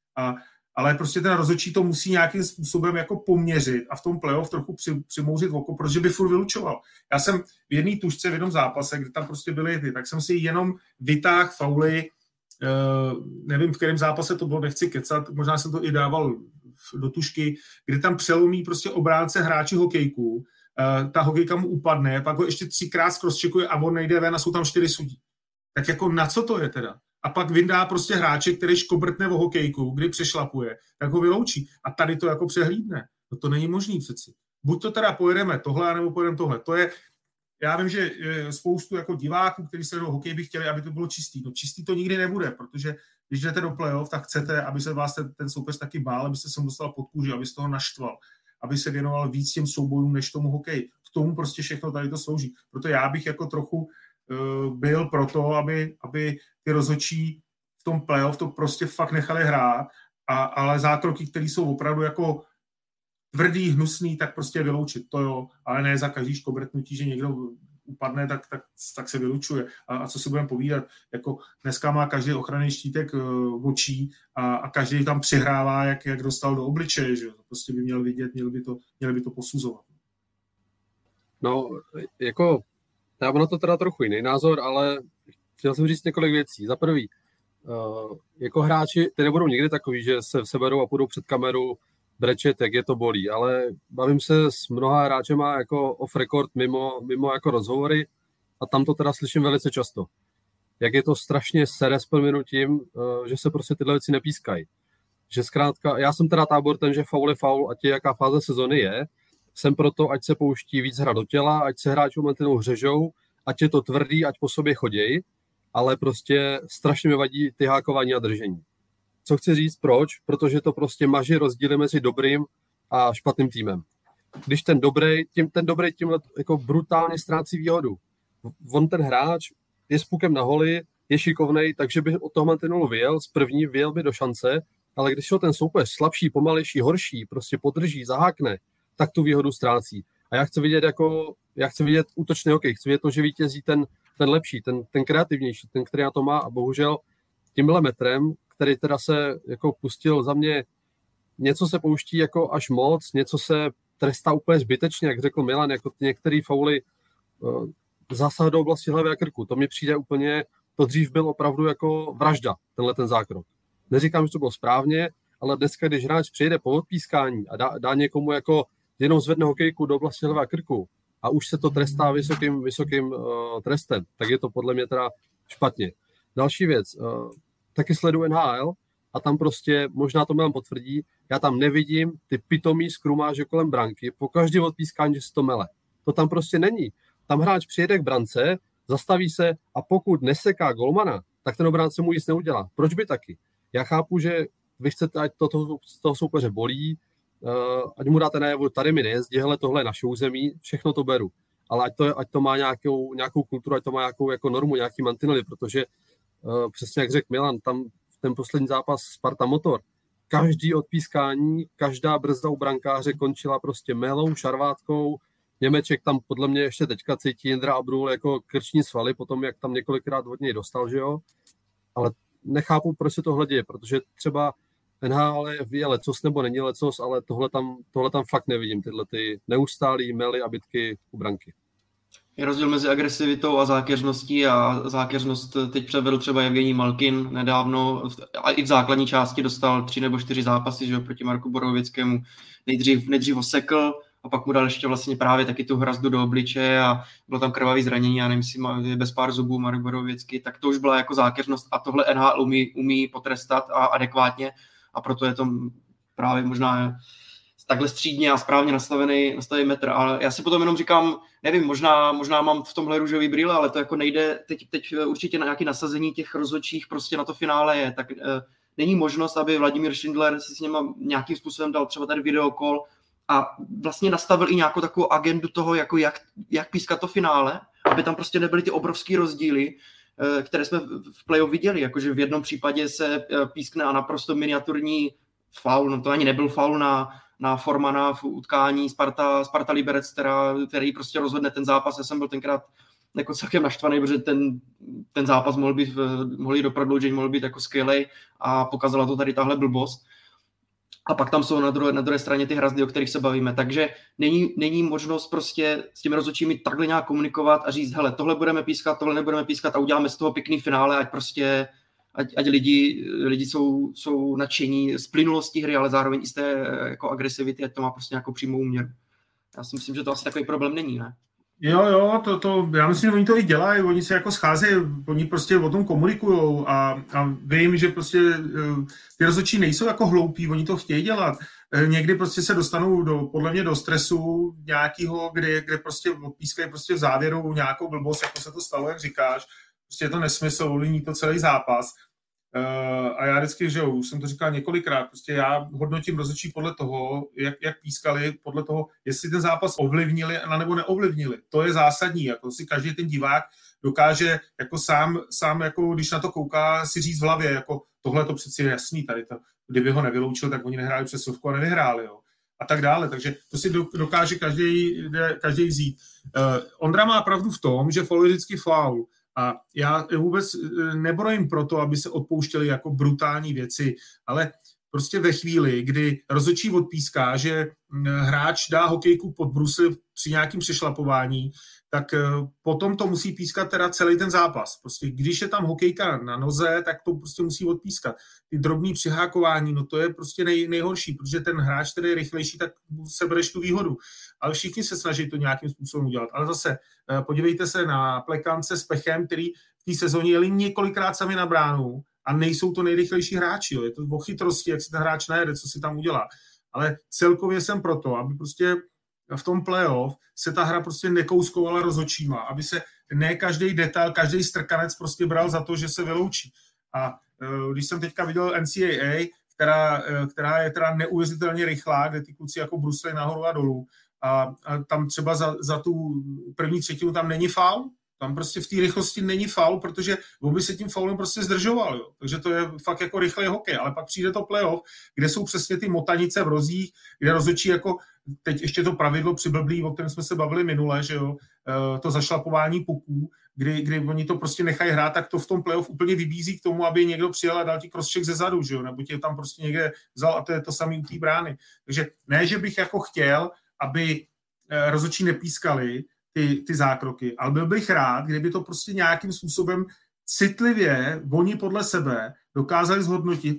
Ale prostě ten rozhodčí to musí nějakým způsobem jako poměřit a v tom playoff trochu přimouřit oko, protože by furt vylučoval. Já jsem v jedné tužce v jednom zápase, kde tam prostě byly ty, tak jsem si jenom vytáhl fauly, nevím, v kterém zápase to bylo, nechci kecat, možná jsem to i dával do tužky, kde tam přelomí prostě obránce hráči hokejku, ta hokejka mu upadne, pak ho ještě 3krát crosscheckuje a on nejde ven a jsou tam 4 sudí. Tak jako na co to je teda? A pak vyndá prostě hráče, který škobrtne o hokejku, kdy přešlapuje, tak ho vyloučí. A tady to jako přehlídne. No to není možný přeci. Buď to teda pojedeme tohle, anebo pojedeme tohle. To je, já vím, že spoustu jako diváků, kteří se do hokej by chtěli, aby to bylo čistý. No čistý to nikdy nebude, protože když jdete do playoff, tak chcete, aby se vás ten soupeř taky bál, abyste se mu dostal pod kůži, aby se toho naštval, aby se věnoval víc těm soubojům, než tomu hokeji. K tomu prostě všechno tady to slouží. Proto já bych jako trochu byl proto, aby ty rozhodčí v tom playoff to prostě fakt nechali hrát, ale zákroky, které jsou opravdu jako tvrdý, hnusný, tak prostě vyloučit, to jo, ale ne za každý škobrtnutí, že někdo upadne, tak se vylučuje. A co si budeme povídat, jako dneska má každý ochranný štítek očí a každý tam přihrává, jak dostal do obličeje, že jo, to prostě by měl vidět, měli by to posuzovat. No, jako já mám na to teda trochu jiný názor, ale chtěl jsem říct několik věcí. Za prvý, jako hráči, ty nebudou nikdy takový, že se seberou a půjdou před kameru brečet, jak je to bolí, ale bavím se s mnoha hráčema jako off record, mimo jako rozhovory a tam to teda slyším velice často. Jak je to strašně sere s prominutím, že se prostě tyhle věci nepískají. Že zkrátka, já jsem teda tábor ten, že faul je faul, ať je jaká fáze sezony je, jsem proto, ať se pouští víc hra do těla, ať se hráči momentu hřežou, ať je to tvrdý, ať po sobě chodějí, ale prostě strašně mi vadí ty hákování a držení. Co chci říct, proč? Protože to prostě maží rozdíly mezi dobrým a špatným týmem. Když ten dobrý tímhle jako brutálně ztrácí výhodu. On ten hráč je s pukem na holi, je šikovnej, takže by od toho mantinelu vyjel, z první vyjel by do šance, ale když ho ten soupeř slabší, pomalejší, horší, prostě podrží, zahákne, tak tu výhodu ztrácí. A já chci vidět útočný hokej, chci vidět to, že vítězí ten lepší, ten kreativnější, ten, který na to má a bohužel tímhle metrem, který teda se jako pustil za mě, něco se pouští jako až moc, něco se trestá úplně zbytečně, jak řekl Milan, jako některé fauly zásah do oblasti hlavy a krku. To mi přijde úplně, to dřív byl opravdu jako vražda, tenhle ten zákrok. Neříkám, že to bylo správně, ale dneska, když hráč přijede po odpískání a dá někomu jako jenom zvedne hokejku do oblasti hlavy a krku a už se to trestá vysokým trestem, tak je to podle mě teda špatně. Další věc, taky sleduji NHL a tam prostě, možná to Milan potvrdí, já tam nevidím ty pitomý skrumáže kolem branky, po každém odpískání, že se to mele. To tam prostě není. Tam hráč přijede k brance, zastaví se a pokud neseká golmana, tak ten obránce mu nic neudělá. Proč by taky? Já chápu, že vy chcete, ať toho soupeře bolí, ať mu dáte najevo, tady mi nejezdí, hele, tohle je naše území, všechno to beru. Ale ať to má nějakou kulturu, ať to má nějakou jako normu, nějaký mantinely, protože přesně jak řekl Milan, tam ten poslední zápas Sparta Motor, každý odpískání, každá brzda u brankáře končila prostě melou, šarvátkou. Němeček tam podle mě ještě teďka cítí Jindra Abrul jako krční svaly, potom jak tam několikrát od něj dostal, že jo. Ale nechápu, proč se tohle děje, protože třeba NHL je lecos nebo není lecos, ale tohle tam fakt nevidím, tyhle ty neustálý mely a bitky u branky. Je rozdíl mezi agresivitou a zákeřností a zákeřnost teď převedl třeba Evgenij Malkin nedávno a i v základní části dostal 3 nebo 4 zápasy, že jo, proti Marku Borověckému. Nejdřív osekl a pak mu dal ještě vlastně právě taky tu hrazdu do obličeje a bylo tam krvavý zranění, já nevím, jestli je bez pár zubů Marek Borověcký, tak to už byla jako zákeřnost a tohle NHL umí potrestat a adekvátně a proto je to právě možná takhle střídně a správně nastavený metr. Ale já si potom jenom říkám, nevím, možná mám v tomhle růžový brýle, ale to jako nejde, teď určitě na nějaké nasazení těch rozhodčích prostě na to finále je, tak není možnost, aby Vladimír Šindler si s něma nějakým způsobem dal třeba tady videokol a vlastně nastavil i nějakou takovou agendu toho, jako jak pískat to finále, aby tam prostě nebyly ty obrovský rozdíly, které jsme v playoff viděli, jakože v jednom případě se pískne a naprosto miniaturní faul, no to ani nebyl faul na Formana v utkání Sparta Liberec, který prostě rozhodne ten zápas. Já jsem byl tenkrát jako celkem naštvaný, protože ten zápas mohl jít do prodloužení, mohl být jako skvělej a pokazala to tady tahle blbost. A pak tam jsou na druhé straně ty hrazdy, o kterých se bavíme. Takže není možnost prostě s těmi rozhodčími takhle nějak komunikovat a říct, hele, tohle budeme pískat, tohle nebudeme pískat a uděláme z toho pěkný finále, ať lidi jsou nadšení z plynulosti hry, ale zároveň i z té jako agresivity, ať to má prostě nějakou přímou úměru. Já si myslím, že to asi takový problém není, ne? Jo, to já myslím, že oni to i dělají, oni se jako scházejí, oni prostě o tom komunikujou a vím, že prostě ty rozhodčí nejsou jako hloupí, oni to chtějí dělat. Někdy prostě se dostanou podle mě do stresu nějakého, kde prostě odpískají prostě v závěru nějakou blbost, jako se to stalo, jak říkáš. Prostě je to nesmysl, ovlivní to celý zápas. A já vždycky, že jo, už jsem to říkal několikrát, prostě já hodnotím rozhodčí podle toho, jak pískali, podle toho, jestli ten zápas ovlivnili nebo neovlivnili. To je zásadní, jako si každý ten divák dokáže jako sám jako když na to kouká, si říct v hlavě, jako tohle to přeci je jasný, tady to, kdyby ho nevyloučil, tak oni nehráli přesovku a nevyhráli, jo. A tak dále, takže to si dokáže každý vzít. Ondra má pravdu v tom, že faul je vždycky faul. A já vůbec nebrojím proto, aby se odpouštěly jako brutální věci, ale prostě ve chvíli, kdy rozhodčí odpíská, že hráč dá hokejku pod brusy při nějakým přešlapování, tak potom to musí pískat teda celý ten zápas. Prostě když je tam hokejka na noze, tak to prostě musí odpískat. Ty drobný přihákování, no to je prostě nejhorší, protože ten hráč, který je rychlejší, tak se bereš tu výhodu. Ale všichni se snaží to nějakým způsobem udělat. Ale zase podívejte se na Plekance s Pechem, který v té sezóně jeli několikrát sami na bránu a nejsou to nejrychlejší hráči. Jo. Je to o chytrosti, jak si ten hráč najede, co si tam udělá. Ale celkově jsem proto, aby prostě v tom playoff se ta hra prostě nekouskovala rozhodčíma, aby se ne každý detail, každý strkanec prostě bral za to, že se vyloučí. A když jsem teďka viděl NCAA, která je teda neuvěřitelně rychlá, kde ty kluci jako brusli nahoru a dolů, a tam třeba za tu první třetinu tam není faul, tam prostě v té rychlosti není faul, protože on by se tím faulem prostě zdržoval, jo. Takže to je fakt jako rychlý hokej, ale pak přijde to playoff, kde jsou přesně ty motanice v rozích, kde rozhodčí jako, teď ještě to pravidlo přiblblý, o kterém jsme se bavili minule, že jo, to zašlapování puků, kdy oni to prostě nechají hrát, tak to v tom playoff úplně vybízí k tomu, aby někdo přijel a dal ti crosscheck ze zadu, že jo, nebo tě tam prostě někde vzal a to je to samý u té brány. Takže ne, že bych jako chtěl, aby rozhodčí nepískali ty zákroky, ale byl bych rád, kdyby to prostě nějakým způsobem citlivě oni podle sebe dokázali zhodnotit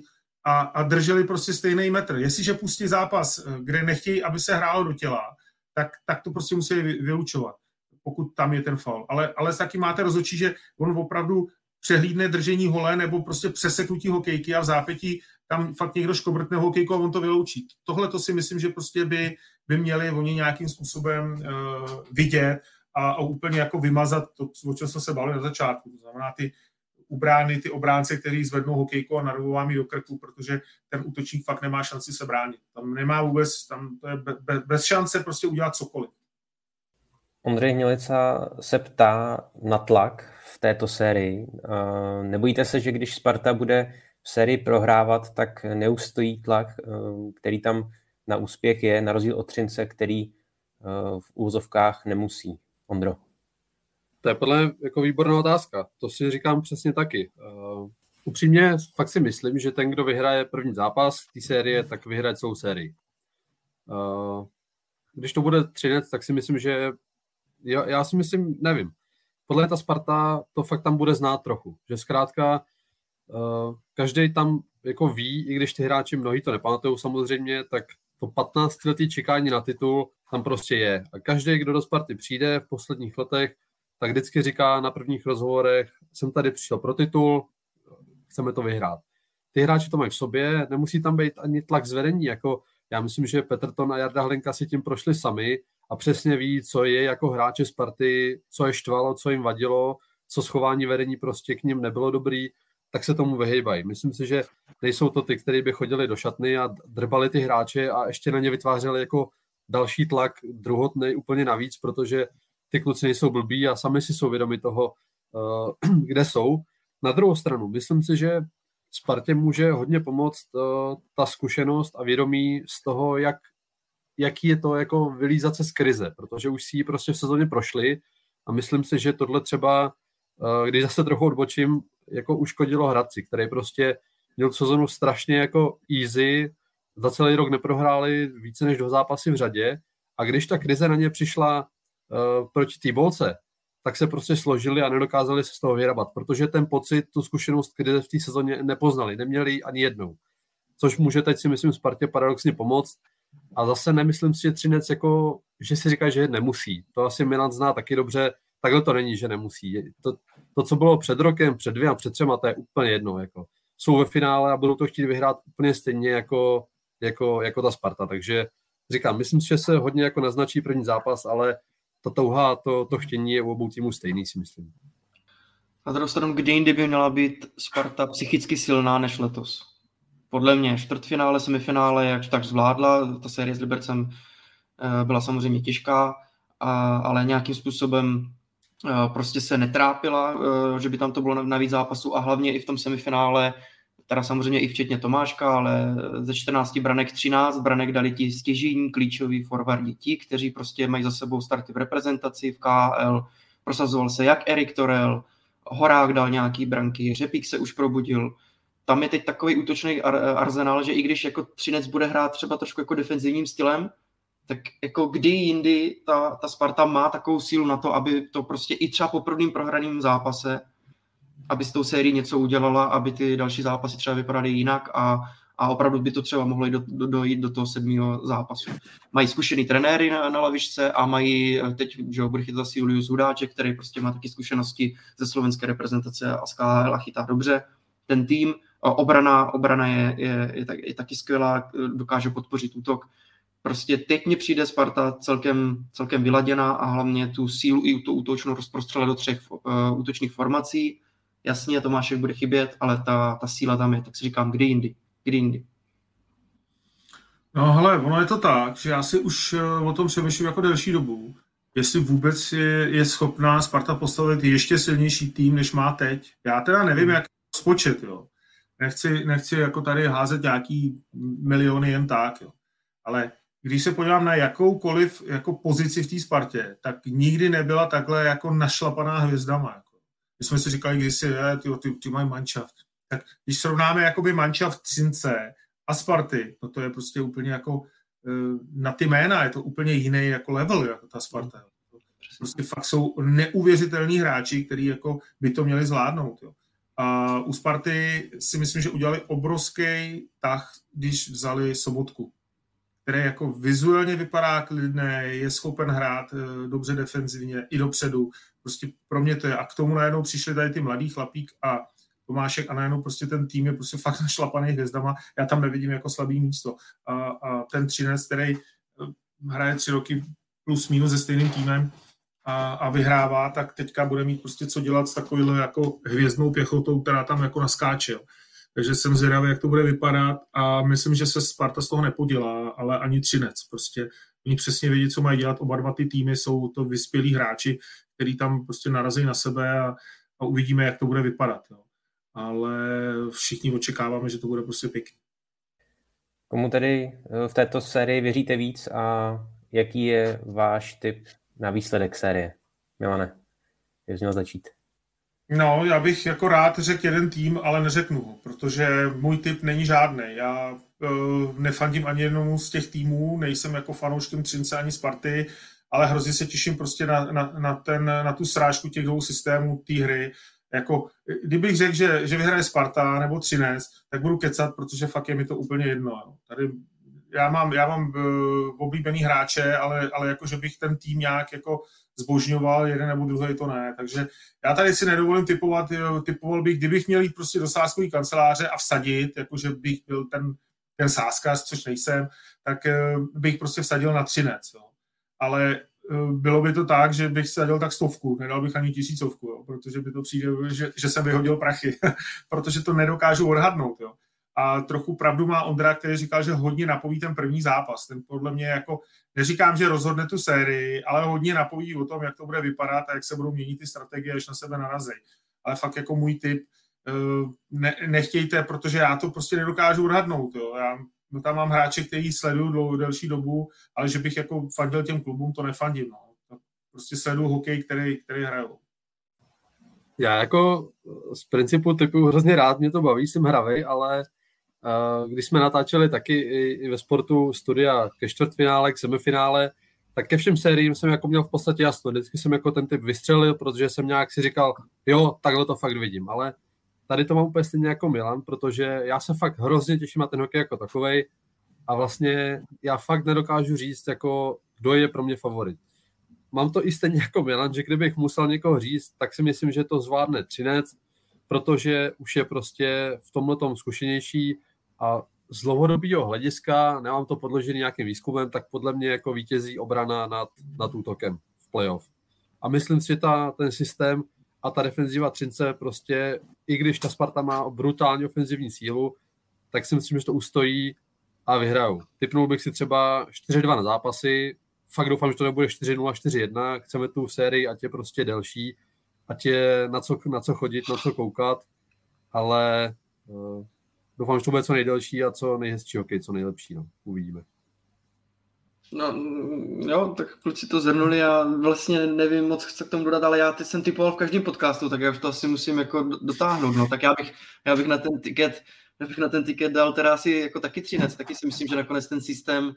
a drželi prostě stejný metr. Jestliže pustí zápas, kde nechtějí, aby se hrálo do těla, tak to prostě musí vylučovat, pokud tam je ten faul. Ale taky máte rozhodčí, že on opravdu přehlídne držení hole nebo prostě přeseknutí hokejky a v zápětí tam fakt někdo škobrtne hokejku a on to vyloučí. Tohle to si myslím, že prostě by měli oni nějakým způsobem vidět a úplně jako vymazat to, o čem jsme se bavili na začátku. To znamená ty obránce, kteří zvednou hokejku a narvou vám ji do krku, protože ten útočník fakt nemá šanci se bránit. Tam nemá vůbec, tam to je bez šance prostě udělat cokoliv. Ondřej Hnilica se ptá na tlak v této sérii. Nebojíte se, že když Sparta bude v sérii prohrávat, tak neustojí tlak, který tam na úspěch je, na rozdíl od Třince, který v úvozovkách nemusí? Ondro. To je podle mě jako výborná otázka. To si říkám přesně taky. Upřímně fakt si myslím, že ten, kdo vyhraje první zápas té série, tak vyhraje celou sérii. Když to bude Třinec, tak si myslím, že já si myslím, nevím. Podle mě ta Sparta to fakt tam bude znát trochu. Že zkrátka každý tam jako ví, i když ty hráči mnohý to nepamatujou samozřejmě, tak to 15letý čekání na titul tam prostě je. A každý, kdo do Sparty přijde v posledních letech, tak vždycky říká na prvních rozhovorech, jsem tady přišel pro titul, chceme to vyhrát. Ty hráči to mají v sobě, nemusí tam být ani tlak z vedení, jako já myslím, že Petrton a Jarda Hlinka si tím prošli sami a přesně ví, co je jako hráči Sparty, co je štvalo, co jim vadilo, co schování vedení prostě k nim nebylo dobrý, tak se tomu vyhejbají. Myslím si, že nejsou to ty, kteří by chodili do šatny a drbali ty hráče a ještě na ně vytvářeli jako další tlak druhotný úplně navíc, protože ty kluci nejsou blbí a sami si jsou vědomi toho, kde jsou. Na druhou stranu, myslím si, že Spartě může hodně pomoct ta zkušenost a vědomí z toho, jaký je to jako vylízat se z krize, protože už si ji prostě v sezóně prošli a myslím si, že tohle třeba, když zase trochu odbočím, jako uškodilo Hradci, který prostě měl sezónu strašně jako easy, za celý rok neprohráli více než 2 zápasy v řadě a když ta krize na ně přišla proti té Bolce, tak se prostě složili a nedokázali se z toho vyhrabat, protože ten pocit, tu zkušenost krize v té sezóně nepoznali, neměli ani jednou. Což může teď si myslím Spartě paradoxně pomoct. A zase nemyslím si, že Třinec jako, že si říká, že nemusí. To asi Milan zná taky dobře, takhle to není, že nemusí. To co bylo před rokem, před 2 a před 3, to je úplně jedno. Jako. Jsou ve finále a budou to chtít vyhrát úplně stejně jako ta Sparta. Takže říkám, myslím si, že se hodně jako naznačí první zápas, ale ta touha, to chtění je u obou týmů stejný, si myslím. Na druhou stranu, kde jindy by měla být Sparta psychicky silná než letos? Podle mě čtvrtfinále, semifinále, jak tak zvládla, ta série s Libercem byla samozřejmě těžká, ale nějakým způsobem prostě se netrápila, že by tam to bylo navíc zápasů a hlavně i v tom semifinále, teda samozřejmě i včetně Tomáška, ale ze 14 branek 13 branek dali ti stěžejní klíčoví forwardi, ti, kteří prostě mají za sebou starty v reprezentaci, v KHL, prosazoval se jak Erik Torel, Horák dal nějaký branky, Řepík se už probudil. Tam je teď takový útočný arzenál, že i když jako Třinec bude hrát třeba trošku jako defenzivním stylem, tak jako kdy jindy ta Sparta má takovou sílu na to, aby to prostě i třeba po prvním prohraném zápase, aby s tou sérií něco udělala, aby ty další zápasy třeba vypadaly jinak a opravdu by to třeba mohlo dojít do toho 7. zápasu. Mají zkušený trenéry na lavičce a mají teď, že bude chytat asi Julius Hudáček, který prostě má taky zkušenosti ze slovenské reprezentace a z KHL a chytá dobře. Ten tým, obrana je taky skvělá, dokáže podpořit útok. Prostě teď mně přijde Sparta celkem vyladěná a hlavně tu sílu i tu útočnou rozprostřela do 3 útočných formací. Jasně, Tomášek bude chybět, ale ta síla tam je, tak si říkám, kdy jindy. No hele, ono je to tak, že já si už o tom přemýšlím jako delší dobu, jestli vůbec je schopná Sparta postavit ještě silnější tým, než má teď. Já teda nevím, jak rozpočet, jo. Nechci jako tady házet nějaký miliony jen tak, jo. Ale když se podívám na jakoukoliv jako pozici v té Spartě, tak nikdy nebyla takhle jako našlapaná hvězdama. Jako. My jsme si říkali, když si ty mají manšaft. Tak když srovnáme jakoby manšaft Třince a Sparty, no to je prostě úplně jako na ty jména, je to úplně jiný jako level, jako ta Sparta. Prostě fakt jsou neuvěřitelní hráči, kteří jako by to měli zvládnout. Jo. A u Sparty si myslím, že udělali obrovský tah, když vzali Sobotku, který jako vizuálně vypadá klidné, je schopen hrát dobře defenzivně i dopředu. Prostě pro mě to je. A k tomu najednou přišli tady ty mladý chlapík a Tomášek a najednou prostě ten tým je prostě fakt našlapaný hvězdama, já tam nevidím jako slabý místo. A ten Třinec, který hraje 3 roky plus minus se stejným týmem a vyhrává, tak teďka bude mít prostě co dělat s takovou jako hvězdnou pěchotou, která tam jako naskáče. Takže jsem zvědavý, jak to bude vypadat a myslím, že se Sparta z toho nepodělá, ale ani Třinec. Prostě oni přesně vědí, co mají dělat. Oba dva ty týmy jsou to vyspělí hráči, který tam prostě narazí na sebe a uvidíme, jak to bude vypadat. Jo. Ale všichni očekáváme, že to bude prostě pěkný. Komu tedy v této sérii věříte víc a jaký je váš tip na výsledek série? Milane, jak jsi měl začít? No, já bych jako rád řekl jeden tým, ale neřeknu ho, protože můj tip není žádný. Já nefandím ani jednomu z těch týmů, nejsem jako fanouškem Třince ani Sparty, ale hrozně se těším prostě na tu srážku těch dvou systémů té hry. Jako, kdybych řekl, že vyhraje Sparta nebo Třinec, tak budu kecat, protože fakt je mi to úplně jedno. Jo. Tady já mám oblíbený hráče, ale jako, že bych ten tým nějak jako zbožňoval, jeden nebo druhý, to ne. Takže já tady si nedovolím typoval bych, kdybych měl jít prostě do sázkové kanceláře a vsadit, jakože bych byl ten sázkař, což nejsem, tak bych prostě vsadil na Třinec. Jo. Ale bylo by to tak, že bych vsadil tak 100, nedal bych ani 1000, jo, protože by to přijde, že jsem vyhodil prachy, protože to nedokážu odhadnout. Jo. A trochu pravdu má Ondra, který říkal, že hodně napoví ten první zápas. Ten podle mě jako, neříkám, že rozhodne tu sérii, ale hodně napoví o tom, jak to bude vypadat a jak se budou měnit ty strategie, až na sebe narazí. Ale fakt jako můj tip, nechtějte, protože já to prostě nedokážu odhadnout. Jo. Já tam mám hráče, který sleduju delší dobu, ale že bych jako fandil těm klubům, to nefandím. No. Prostě sleduju hokej, který hrajou. Já jako z principu typu hrozně rád, mě to baví, jsem hravej, ale když jsme natáčeli taky i ve sportu studia ke čtvrtfinále, k semifinále, tak ke všem sériím jsem jako měl v podstatě jasno. Vždycky jsem jako ten typ vystřelil, protože jsem nějak si říkal, jo, takhle to fakt vidím, ale tady to mám úplně stejně jako Milan, protože já se fakt hrozně těším na ten hokej jako takovej a vlastně já fakt nedokážu říct, jako, kdo je pro mě favorit. Mám to i stejně jako Milan, že kdybych musel někoho říct, tak si myslím, že to zvládne Třinec, protože už je prostě v tomhletom zkušenější a z dlouhodobého hlediska, nemám to podložený nějakým výzkumem, tak podle mě jako vítězí obrana nad útokem v playoff. A myslím si, že ten systém a ta defenziva Třince prostě, i když ta Sparta má brutálně ofenzivní sílu, tak si myslím, že to ustojí a vyhrajou. Tipnul bych si třeba 4-2 na zápasy, fakt doufám, že to nebude 4-0, 4-1, chceme tu sérii, ať je prostě delší, ať je na co chodit, na co koukat, ale doufám, že to bude co nejdelší a co nejhezčí hokej, co nejlepší, no. Uvidíme. No jo, tak kluci to zhrnuli, já vlastně nevím moc, co k tomu dodat, ale já teď jsem typoval v každém podcastu, tak já to asi musím jako dotáhnout, no, tak já bych na ten tiket dal teda asi jako taky Třinec, taky si myslím, že nakonec ten systém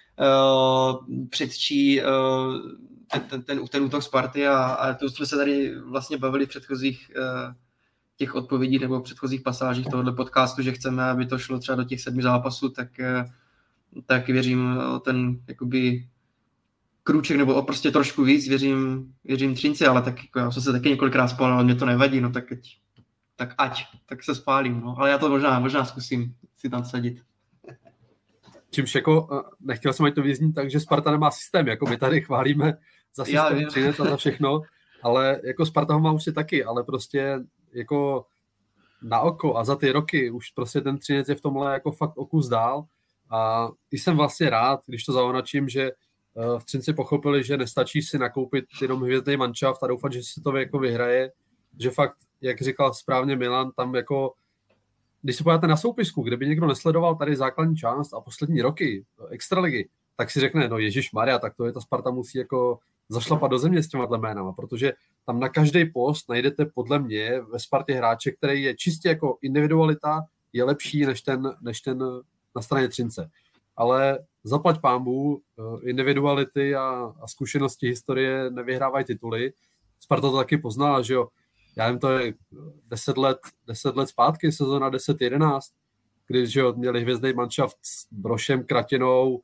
předčí ten útok Sparty a to jsme se tady vlastně bavili v předchozích těch odpovědí nebo v předchozích pasážích tohoto podcastu, že chceme, aby to šlo třeba do těch 7 zápasů, tak věřím ten jakoby krůček nebo prostě trošku víc, věřím Třinci, ale tak jako já jsem se taky několikrát spálil, ale mě to nevadí, no tak se spálím, no, ale já to možná zkusím si tam sadit. Čímž jako nechtěl jsem, ať to vyznít tak, že Sparta nemá systém, jako my tady chválíme za systém Třinec a za všechno, ale jako Sparta ho má už taky, ale prostě jako na oko a za ty roky už prostě ten Třinec je v tomhle jako fakt o kus dál a jsem vlastně rád, když to zaonačím, že v Třinci pochopili, že nestačí si nakoupit jenom hvězdný manšaft a doufat, že se to jako vyhraje, že fakt, jak říkal správně Milan, tam jako když se podíváte na soupisku, kde by někdo nesledoval tady základní část a poslední roky extraligy, tak si řekne, no ježišmarja, tak to je ta Sparta musí jako zašlapat do země s těma jménama, protože tam na každý post najdete podle mě ve Spartě hráče, který je čistě jako individualita, je lepší než ten na straně Třince. Ale zaplať pánbů, individuality a zkušenosti historie nevyhrávají tituly. Sparta to taky poznala, že jo. Já nevím, to je 10 let zpátky, sezona 10-11, když jo, měli hvězdný manšaft s Brošem, Kratinou,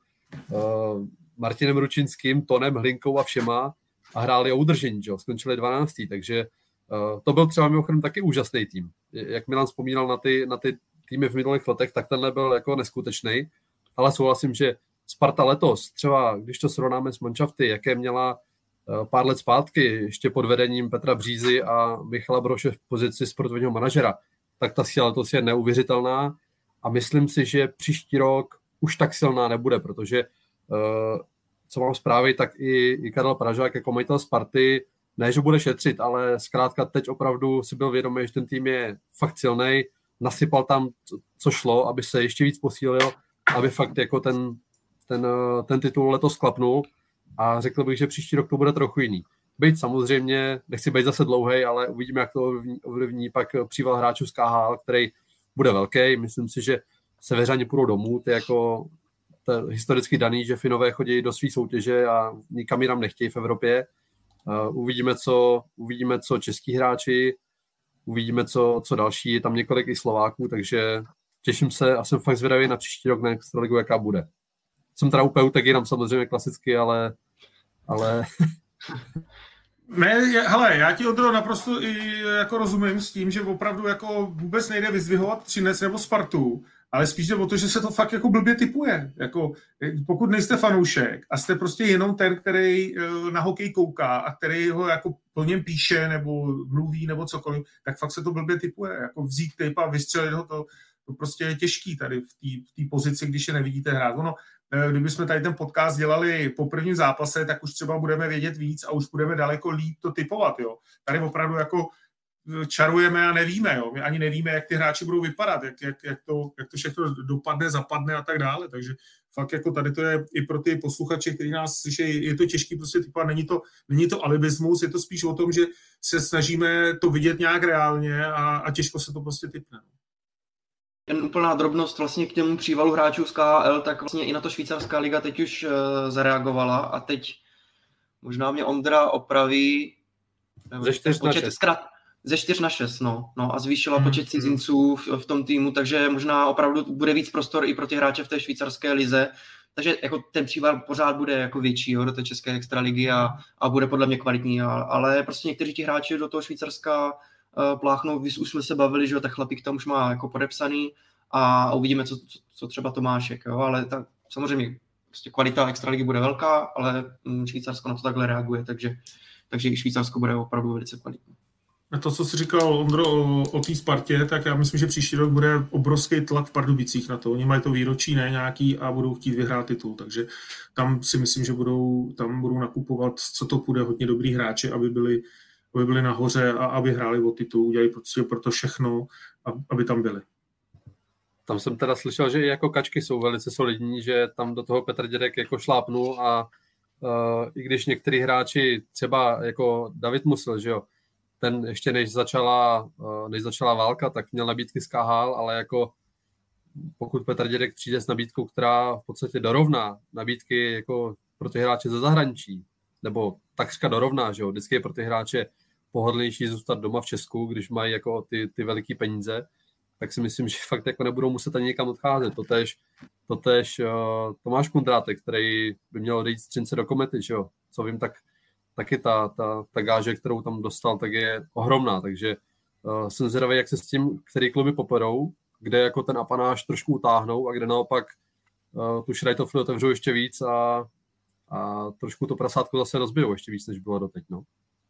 Martinem Ručinským, Tonem, Hlinkou a všema a hráli o udržení, že jo, skončili 12. Takže To byl třeba mimochodem taky úžasný tým. Jak Milan vzpomínal na ty týmy v minulých letech, tak tenhle byl jako neskutečný, ale souhlasím, že Sparta letos, třeba když to srovnáme s manšafty, jaké měla pár let zpátky, ještě pod vedením Petra Břízy a Michala Broše v pozici sportovního manažera, tak ta síla letos je neuvěřitelná a myslím si, že příští rok už tak silná nebude, protože co mám zprávy, tak i Karel Pražák jako majitel Sparty, ne, že bude šetřit, ale zkrátka teď opravdu si byl vědomý, že ten tým je fakt silný, nasypal tam, co šlo, aby se ještě víc posílil, aby fakt jako ten titul letos klapnul a řekl bych, že příští rok to bude trochu jiný. Byť samozřejmě, nechci být zase dlouhej, ale uvidíme, jak to ovlivní pak příval hráčů z KHL, který bude velký. Myslím si, že Seveřani půjdou domů, to je jako historicky daný, že Finové chodí do své soutěže a nikam jinam nechtějí v Evropě. Uvidíme, co český hráči, uvidíme, co další, je tam několik i Slováků, takže těším se a jsem fakt zvědavý na příští rok na Extraligu, jaká bude. Jsem teda úplně utekýram samozřejmě klasicky, ale... Ne, hele, já ti, Ondro, naprosto i jako rozumím s tím, že opravdu jako vůbec nejde vyzdvihovat Třinec nebo Spartu, ale spíš jde o to, že se to fakt jako blbě tipuje. Jako, pokud nejste fanoušek a jste prostě jenom ten, který na hokej kouká a který ho jako po něm píše nebo mluví nebo cokoliv, tak fakt se to blbě tipuje. Jako vzít tip a vystřelit ho, to prostě je těžký tady v té pozici, když je nevidíte hrát. Ono, kdybychom tady ten podcast dělali po prvním zápase, tak už třeba budeme vědět víc a už budeme daleko líp to tipovat. Jo. Tady opravdu jako čarujeme a nevíme. Jo. My ani nevíme, jak ty hráči budou vypadat, jak to všechno dopadne, zapadne a tak dále. Takže fakt jako tady to je i pro ty posluchače, kteří nás slyší, je to těžký prostě typovat. Není to alibismus, je to spíš o tom, že se snažíme to vidět nějak reálně a těžko se to prostě tipne. Jen úplná drobnost vlastně k těmu přívalu hráčů z KHL, tak vlastně i na to švýcarská liga teď už zareagovala a teď možná mě Ondra opraví ze 4 na 6, no a zvýšila počet cizinců v tom týmu, takže možná opravdu bude víc prostor i pro ty hráče v té švýcarské lize, takže jako ten příval pořád bude jako větší, jo, do té české extraligy a bude podle mě kvalitní, ale prostě někteří ti hráči do toho Švýcarska pláchnou, už jsme se bavili, že jo, tak chlapík tam už má jako podepsaný a uvidíme, co třeba Tomášek, jo, ale samozřejmě prostě kvalita extraligy bude velká, ale Švýcarsko na to takhle reaguje, takže i Švýcarsko bude opravdu velice kvalitní. A to, co jsi říkal, Ondro, o té Spartě, tak já myslím, že příští rok bude obrovský tlak v Pardubicích na to. Oni mají to výročí, ne nějaký, a budou chtít vyhrát titul, takže tam si myslím, že tam budou nakupovat, co to půjde, hodně dobrý hráči, aby byli nahoře a aby hráli o titul, udělali pro to všechno, aby tam byli. Tam jsem teda slyšel, že i jako kačky jsou velice solidní, že tam do toho Petr Dědek jako šlápnul a i když některý hráči, třeba jako David Musil, že jo, ten ještě než začala válka, tak měl nabídky z KHL, ale jako pokud Petr Dědek přijde s nabídkou, která v podstatě dorovná nabídky jako pro ty hráče ze zahraničí, nebo takřka dorovná, že jo, vždycky je pro ty hráče pohodlnější zůstat doma v Česku, když mají jako ty veliký peníze, tak si myslím, že fakt jako nebudou muset ani někam odcházet. Totéž Tomáš Kundrátek, který by měl odejít z Třince do Komety, že jo, co vím, tak taky ta gáže, kterou tam dostal, tak je ohromná, takže jsem zvědavý, jak se s tím, který kluby poperou, kde jako ten apanáž trošku utáhnou a kde naopak tu Šrajtofli otevřou ještě víc a trošku to prasátko zase rozbijou ještě víc, než bylo doteď, no.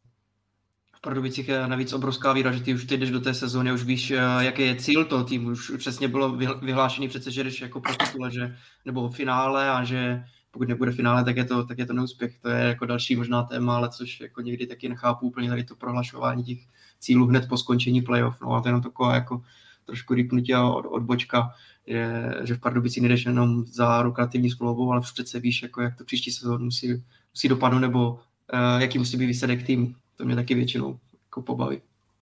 V Pardubicích je navíc obrovská víra, že ty už teď jdeš do té sezóny, už víš, jaký je cíl toho týmu, už přesně bylo vyhlášený přece, že jdeš jako pro titule, nebo finále a že pokud nebude finále, tak je to neúspěch. To je jako další možná téma, ale což jako někdy taky nechápu úplně tady to prohlašování těch cílů hned po skončení playoff. No a to je jenom taková jako trošku rýpnutí a odbočka, že v Pardubicích nejdeš jenom za lukrativní smlouvou, ale přece víš, jako jak to příští sezónu musí dopadnout, nebo jaký musí být výsledek týmu. To mě taky většinou jako pobaví.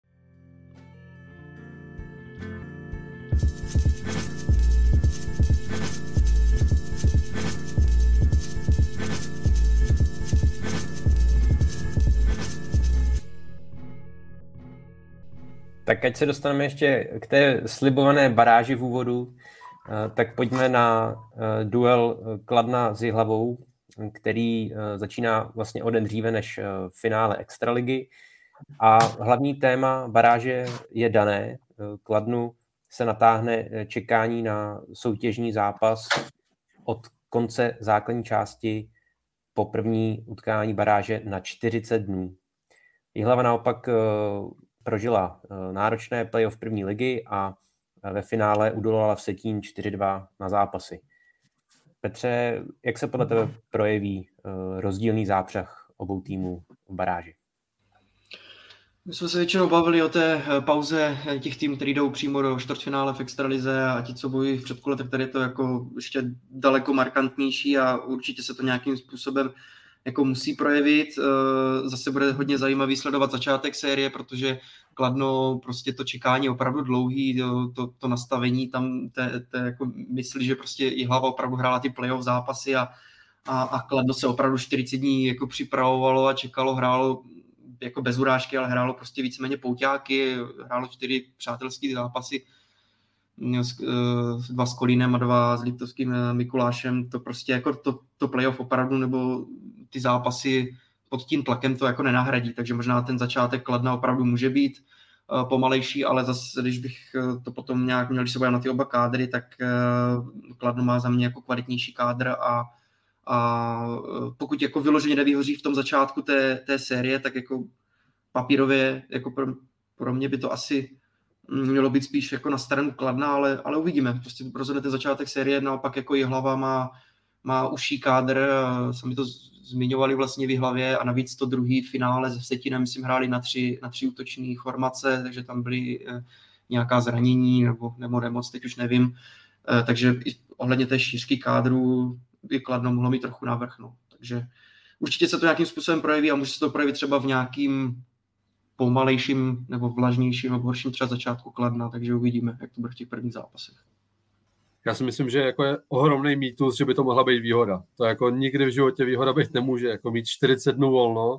Tak ať se dostaneme ještě k té slibované baráži v úvodu, tak pojďme na duel Kladna s Jihlavou, který začíná vlastně o den dříve než finále Extraligy. A hlavní téma baráže je dané. Kladnu se natáhne čekání na soutěžní zápas od konce základní části po první utkání baráže na 40 dnů. Jihlava naopak prožila náročné playoff první ligy a ve finále udolala Vsetín 4-2 na zápasy. Petře, jak se podle tebe projeví rozdílný zápřah obou týmů v baráži? My jsme se většinou bavili o té pauze těch týmů, který jdou přímo do čtvrtfinále v extralize a ti, co bojují v předkole, tak tady je to jako ještě daleko markantnější a určitě se to nějakým způsobem jako musí projevit. Zase bude hodně zajímavý sledovat začátek série, protože Kladno prostě to čekání je opravdu dlouhý, to nastavení tam té jako myslí, že prostě Jihlava opravdu hrála ty playoff zápasy a Kladno se opravdu 40 dní jako připravovalo a čekalo, hrálo jako bez urážky, ale hrálo prostě víceméně pouťáky, hrálo 4 přátelské zápasy, 2 s Kolínem a 2 s Liptovským Mikulášem, to prostě jako to playoff opravdu, nebo ty zápasy pod tím tlakem to jako nenahradí, takže možná ten začátek Kladna opravdu může být pomalejší, ale zase, když bych to potom nějak měl, když se budeme na ty oba kádry, tak Kladno má za mě jako kvalitnější kádr a pokud jako vyloženě nevyhoří v tom začátku té série, tak jako papírově jako pro mě by to asi mělo být spíš jako na stranu Kladna, ale uvidíme. Prostě rozhodne ten začátek série, naopak jako Jihlava má užší kádr, sami to zmiňovali vlastně v Jihlavě a navíc to druhý finále se Vsetínem, myslím, hráli na tři útoční formace, takže tam byly nějaká zranění nebo nemoc, teď už nevím. Takže ohledně té šířky kádru by Kladno mohlo mít trochu navrch. No. Takže určitě se to nějakým způsobem projeví a může se to projevit třeba v nějakým pomalejším nebo vlažnějším nebo horším třeba začátku Kladna, takže uvidíme, jak to bude v těch prvních zápasech. Já si myslím, že jako je ohromný mýtus, že by to mohla být výhoda. To jako nikdy v životě výhoda být nemůže, jako mít 40 dnů volno,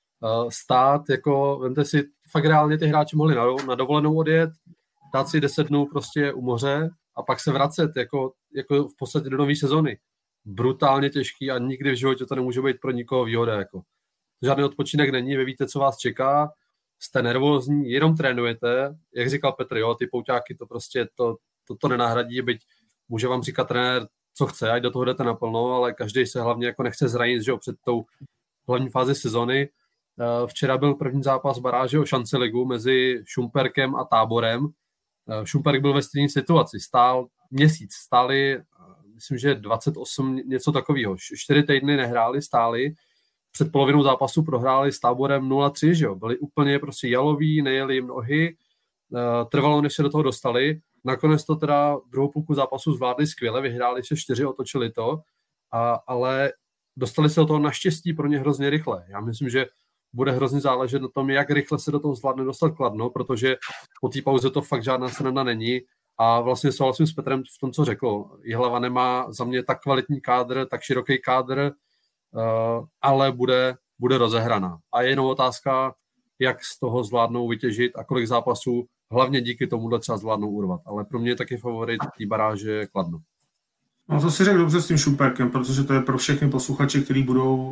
stát, jako vemte si, fakt reálně ty hráči mohli na dovolenou odjet, dát si 10 dnů prostě u moře a pak se vracet, jako v podstatě do nové sezony. Brutálně těžký a nikdy v životě to nemůže být pro nikoho výhoda. Jako. Žádný odpočinek není, vy víte, co vás čeká, jste nervózní, jenom trénujete, jak říkal Petr, jo, ty pouťáky to prostě to nenahradí, byť může vám říkat trenér, co chce, ať do toho jdete naplno, ale každý se hlavně jako nechce zranit, že jo, před tou hlavní fázi sezony. Včera byl první zápas baráže o šanci ligu mezi Šumperkem a Táborem. Šumperk byl ve stejné situaci, stál měsíc, stáli, myslím, že 28, něco takového. 4 týdny nehráli, stáli, před polovinou zápasu prohráli s Táborem 0-3, že jo, byli úplně prostě jaloví, nejeli jim nohy, trvalo, než se do toho dostali. Nakonec to teda druhou půlku zápasu zvládli skvěle, vyhráli se 4, otočili to, ale dostali se do toho naštěstí pro ně hrozně rychle. Já myslím, že bude hrozně záležet na tom, jak rychle se do toho zvládne dostat Kladno, protože po té pauze to fakt žádná sranda není a vlastně souhlasím s Petrem v tom, co řekl. Jihlava nemá za mě tak kvalitní kádr, tak široký kádr, ale bude rozehraná. A je jenom otázka, jak z toho zvládnou vytěžit a kolik zápasů hlavně díky tomuhle třeba zvládnou urvat. Ale pro mě je taky favorit té baráže Kladno. No to si řekl dobře s tím Šumperkem, protože to je pro všechny posluchače, který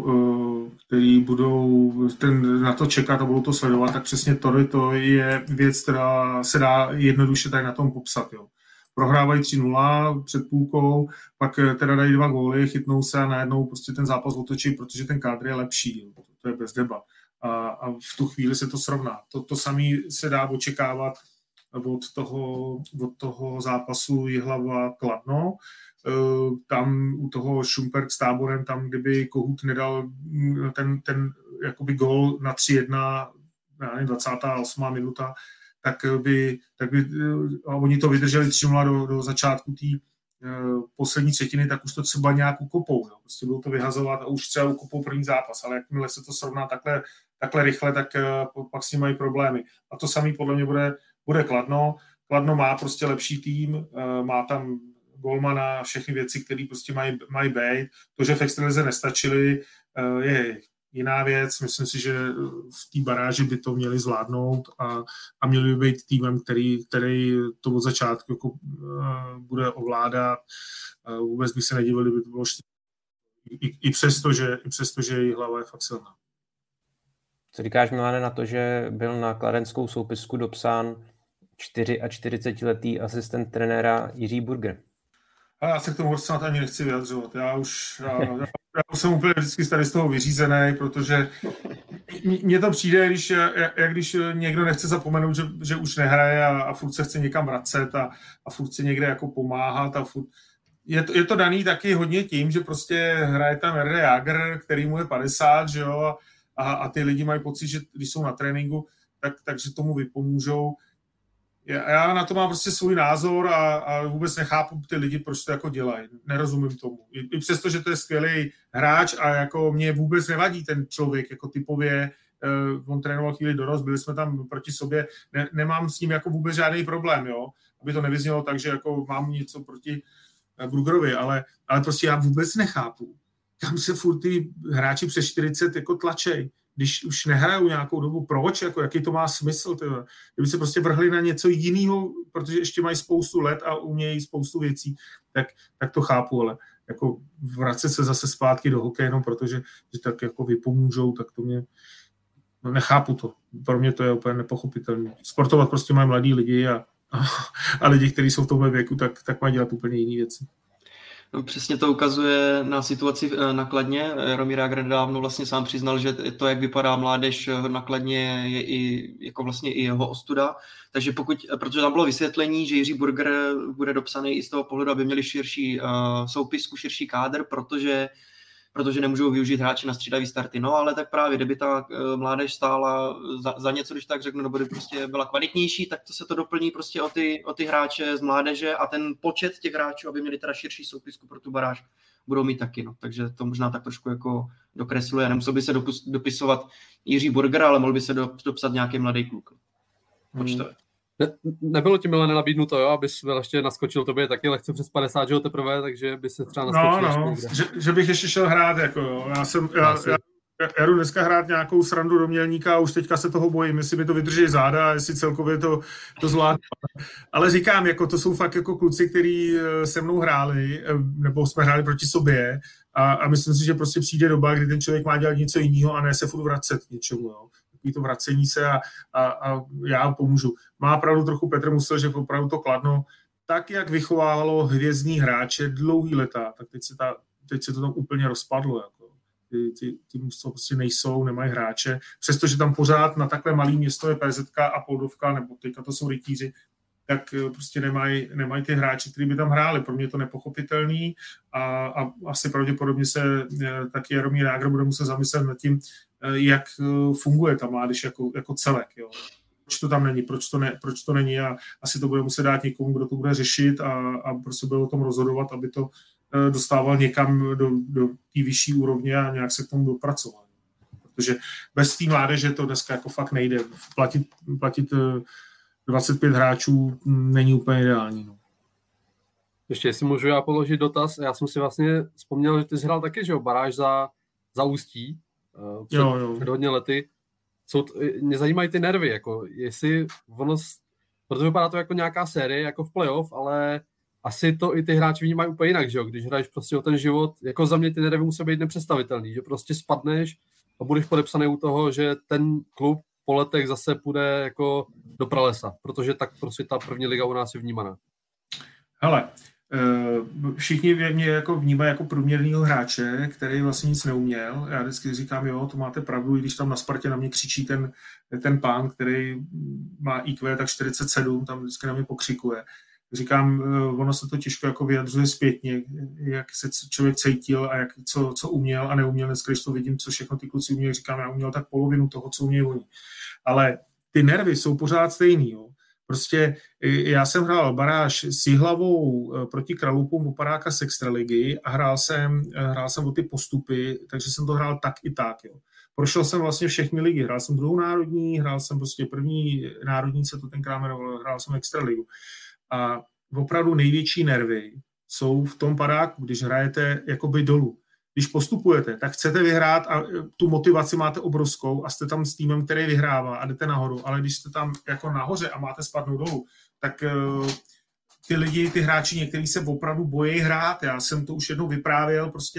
budou na to čekat a budou to sledovat, tak přesně to je věc, která se dá jednoduše tak na tom popsat. Jo. Prohrávají 3-0 před půlkou, pak teda dají 2 góly, chytnou se a najednou prostě ten zápas otočí, protože ten kádr je lepší. Jo. To je bez debat. A v tu chvíli se to srovná. To samé se dá očekávat od toho zápasu Jihlava Kladno. Tam u toho Šumperk s Táborem, tam kdyby Kohut nedal ten jakoby gól na 3-1, 28. minuta, tak by a oni to vydrželi 3-0 do začátku té poslední třetiny, tak už to třeba nějak ukopou. No. Prostě budou to vyhazovat a už třeba ukopou první zápas, ale jakmile se to srovná takhle rychle, tak pak s ním mají problémy. A to samé podle mě bude Kladno. Kladno má prostě lepší tým, má tam golmana, všechny věci, které prostě mají být. To, že v extralize nestačili, je jiná věc. Myslím si, že v té baráži by to měli zvládnout a měli by být týmem, který to od začátku jako, bude ovládat. Vůbec bych se nedivil, kdyby to bylo i přesto, že Jihlava je fakt silná. Co říkáš, Milane, na to, že byl na kladenskou soupisku dopsán 44letý asistent trenéra Jiří Burger? A já se k tomu snad ani nechci vyjadřovat. Já už jsem úplně vždycky tady z toho vyřízený, protože mně to přijde, když někdo nechce zapomenout, že už nehraje a furt se chce někam vracet a furt se někde jako pomáhat a furt... Je to daný taky hodně tím, že prostě hraje tam R.D. Jager, který mu je 50, že jo, a ty lidi mají pocit, že když jsou na tréninku, takže tomu vypomůžou. Já na to mám prostě svůj názor a vůbec nechápu ty lidi, proč to jako dělají. Nerozumím tomu. I přesto, že to je skvělý hráč a jako mě vůbec nevadí ten člověk, jako typově, on trénoval chvíli dorost, byli jsme tam proti sobě, nemám s ním jako vůbec žádný problém, jo, aby to nevyznělo tak, že jako mám něco proti Burgerovi, ale prostě já vůbec nechápu, kam se furt ty hráči přes 40 jako tlačej, když už nehrajou nějakou dobu, proč, jako jaký to má smysl, tyhle. Kdyby se prostě vrhli na něco jiného, protože ještě mají spoustu let a umějí spoustu věcí, tak to chápu, ale jako vracet se zase zpátky do hokeje, jenom protože že tak jako vypomůžou, tak to mě, nechápu to. Pro mě to je úplně nepochopitelné. Sportovat prostě mají mladí lidi a lidi, kteří jsou v tomhle věku, tak mají dělat úplně jiné věci. No, přesně to ukazuje na situaci na Kladně. Jaromír Jágr nedávno vlastně sám přiznal, že to, jak vypadá mládež na Kladně, je jako vlastně i jeho ostuda. Takže protože tam bylo vysvětlení, že Jiří Burger bude dopsaný i z toho pohledu, aby měli širší soupisku, širší kádr, protože nemůžou využít hráči na střídavý starty. No ale tak právě, kdyby ta mládež stála za něco, když tak řeknu, nebo kdyby prostě byla kvalitnější, tak to se to doplní prostě o ty hráče z mládeže a ten počet těch hráčů, aby měli teda širší soupisku pro tu baráž, budou mít taky. No. Takže to možná tak trošku jako dokresluje. Nemusel by se dopisovat Jiří Burger, ale mohl by se dopsat nějaký mladý kluk. Počtové. Nebylo ti, Milane, nabídnuto, jo, abys ještě naskočil, tobě taky lehce přes 50, že jo, teprve, takže by se třeba naskočil. Že bych ještě šel hrát, jako jo. Já jdu dneska hrát nějakou srandu do Mělníka a už teďka se toho bojím, jestli mi to vydrží záda, jestli celkově to zvládnu. Ale říkám, jako to jsou fakt jako kluci, kteří se mnou hráli, nebo jsme hráli proti sobě a myslím si, že prostě přijde doba, kdy ten člověk má dělat něco jiného a ne se furt vracet k něčemu, jo. To vracení se a já pomůžu. Má pravdu trochu Petr Musel, že opravdu to Kladno, tak jak vychovávalo hvězdní hráče dlouhý leta, tak teď se to tam úplně rozpadlo. Jako. Ty mužstva prostě nejsou, nemají hráče. Přestože tam pořád na takhle malý město je PZK a Poldovka, nebo teďka to jsou rytíři, tak prostě nemají ty hráči, kteří by tam hráli. Pro mě je to nepochopitelný a asi pravděpodobně se taky Jaromír Jágr bude muset zamyslet nad tím, jak funguje ta mládež jako celek. Jo. Proč to tam není, proč to není a asi to bude muset dát někomu, kdo to bude řešit a prostě bude o tom rozhodovat, aby to dostával někam do té vyšší úrovně a nějak se k tomu dopracoval. Protože bez té mládeže to dneska jako fakt nejde. Platit 25 hráčů není úplně ideální. No. Ještě jestli můžu já položit dotaz, já jsem si vlastně vzpomněl, že ty jsi hrál taky, že jo, baráž za Ústí před hodně lety. Mě zajímají ty nervy, jako jestli ono, protože vypadá to jako nějaká série, jako v playoff, ale asi to i ty hráči vnímají úplně jinak, že jo, když hraješ prostě o ten život, jako za mě ty nervy musí být nepředstavitelný, že prostě spadneš a budeš podepsaný u toho, že ten klub po letech zase půjde jako do pralesa, protože tak prostě ta první liga u nás je vnímaná. Hele, všichni mě jako vnímají jako průměrného hráče, který vlastně nic neuměl. Já vždycky říkám, jo, to máte pravdu, i když tam na Spartě na mě křičí ten pán, který má IQ tak 47, tam vždycky na mě pokřikuje. Říkám, ono se to těžko jako vyjadřuje zpětně, jak se člověk cítil a co uměl a neuměl. Dneska, když to vidím, co všechno ty kluci uměli, říkám, já uměl tak polovinu toho, co uměli oni. Ale ty nervy jsou pořád stejný, jo. Prostě já jsem hrál baráž s Jihlavou proti Kralupům Oparáka z extraligy a hrál jsem o ty postupy, takže jsem to hrál tak i tak. Jo. Prošel jsem vlastně všechny ligy. Hrál jsem druhou národní, hrál jsem prostě první národní, se to tenkrát jmenovalo, hrál jsem extraligu. A opravdu největší nervy jsou v tom padáku, když hrajete jakoby dolů. Když postupujete, tak chcete vyhrát a tu motivaci máte obrovskou a jste tam s týmem, který vyhrává a jdete nahoru, ale když jste tam jako nahoře a máte spadnout dolů, tak ty hráči, někteří se opravdu bojí hrát. Já jsem to už jednou vyprávěl, prostě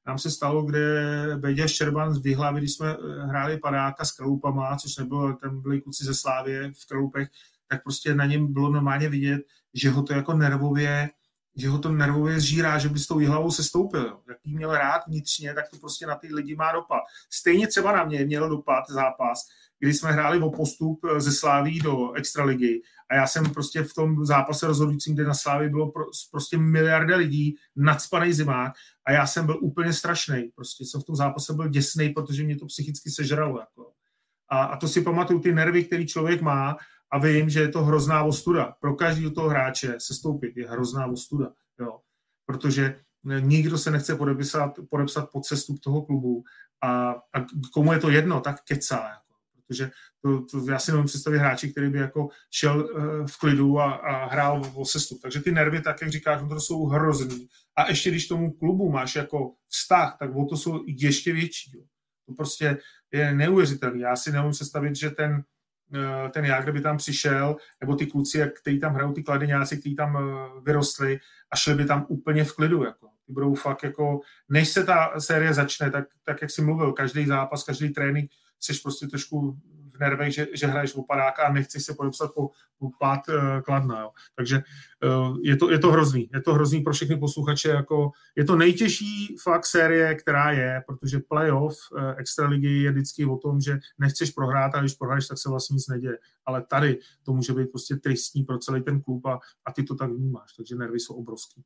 Nám se stalo, kde Béďa Ščerban vyhlavy, když jsme hráli padáka s Kralupama, což nebylo, tam byli kluci ze Slávie v Kralupech, tak prostě na něm bylo normálně vidět, že ho to jako nervově zžírá, že by s tou výhlavou se stoupil. Jaký měl rád vnitřně, tak to prostě na ty lidi má dopad. Stejně třeba na mě měl dopad zápas, kdy jsme hráli o postup ze Sláví do extraligy a já jsem prostě v tom zápase rozhodujícím, kde na Slávii bylo prostě miliarda lidí, nacpanej zimák a já jsem byl úplně strašnej. Prostě jsem v tom zápase byl děsnej, protože mě to psychicky sežralo. Jako. A to si pamatuju ty nervy, který člověk má a vím, že je to hrozná ostuda. Pro každého toho hráče se stoupit je hrozná ostuda. Jo. Protože nikdo se nechce podepsat pod cestup toho klubu a komu je to jedno, tak kecá. Jako. Protože já si nevím představit hráči, který by jako šel v klidu a hrál o sestup. Takže ty nervy, tak jak říkáš, to jsou hrozný. A ještě když tomu klubu máš jako vztah, tak o to jsou ještě větší. Jo. To prostě je neuvěřitelný. Já si nevím představit, že ten Jágr by tam přišel, nebo ty kluci, kteří tam hrajou, ty kladeňáci, kteří tam vyrostli a šli by tam úplně v klidu. Jako. Ty budou fakt jako, než se ta série začne, tak jak jsi mluvil, každý zápas, každý trénink, jsi prostě trošku v nervech, že hraješ o padáka a nechceš se podepsat po pád Kladna. Jo. Takže je to hrozný. Je to hrozný pro všechny posluchače. Jako, je to nejtěžší fakt série, která je, protože playoff extraligy je vždycky o tom, že nechceš prohrát a když prohraješ, tak se vlastně nic neděje. Ale tady to může být prostě tristní pro celý ten klub a ty to tak vnímáš. Takže nervy jsou obrovský.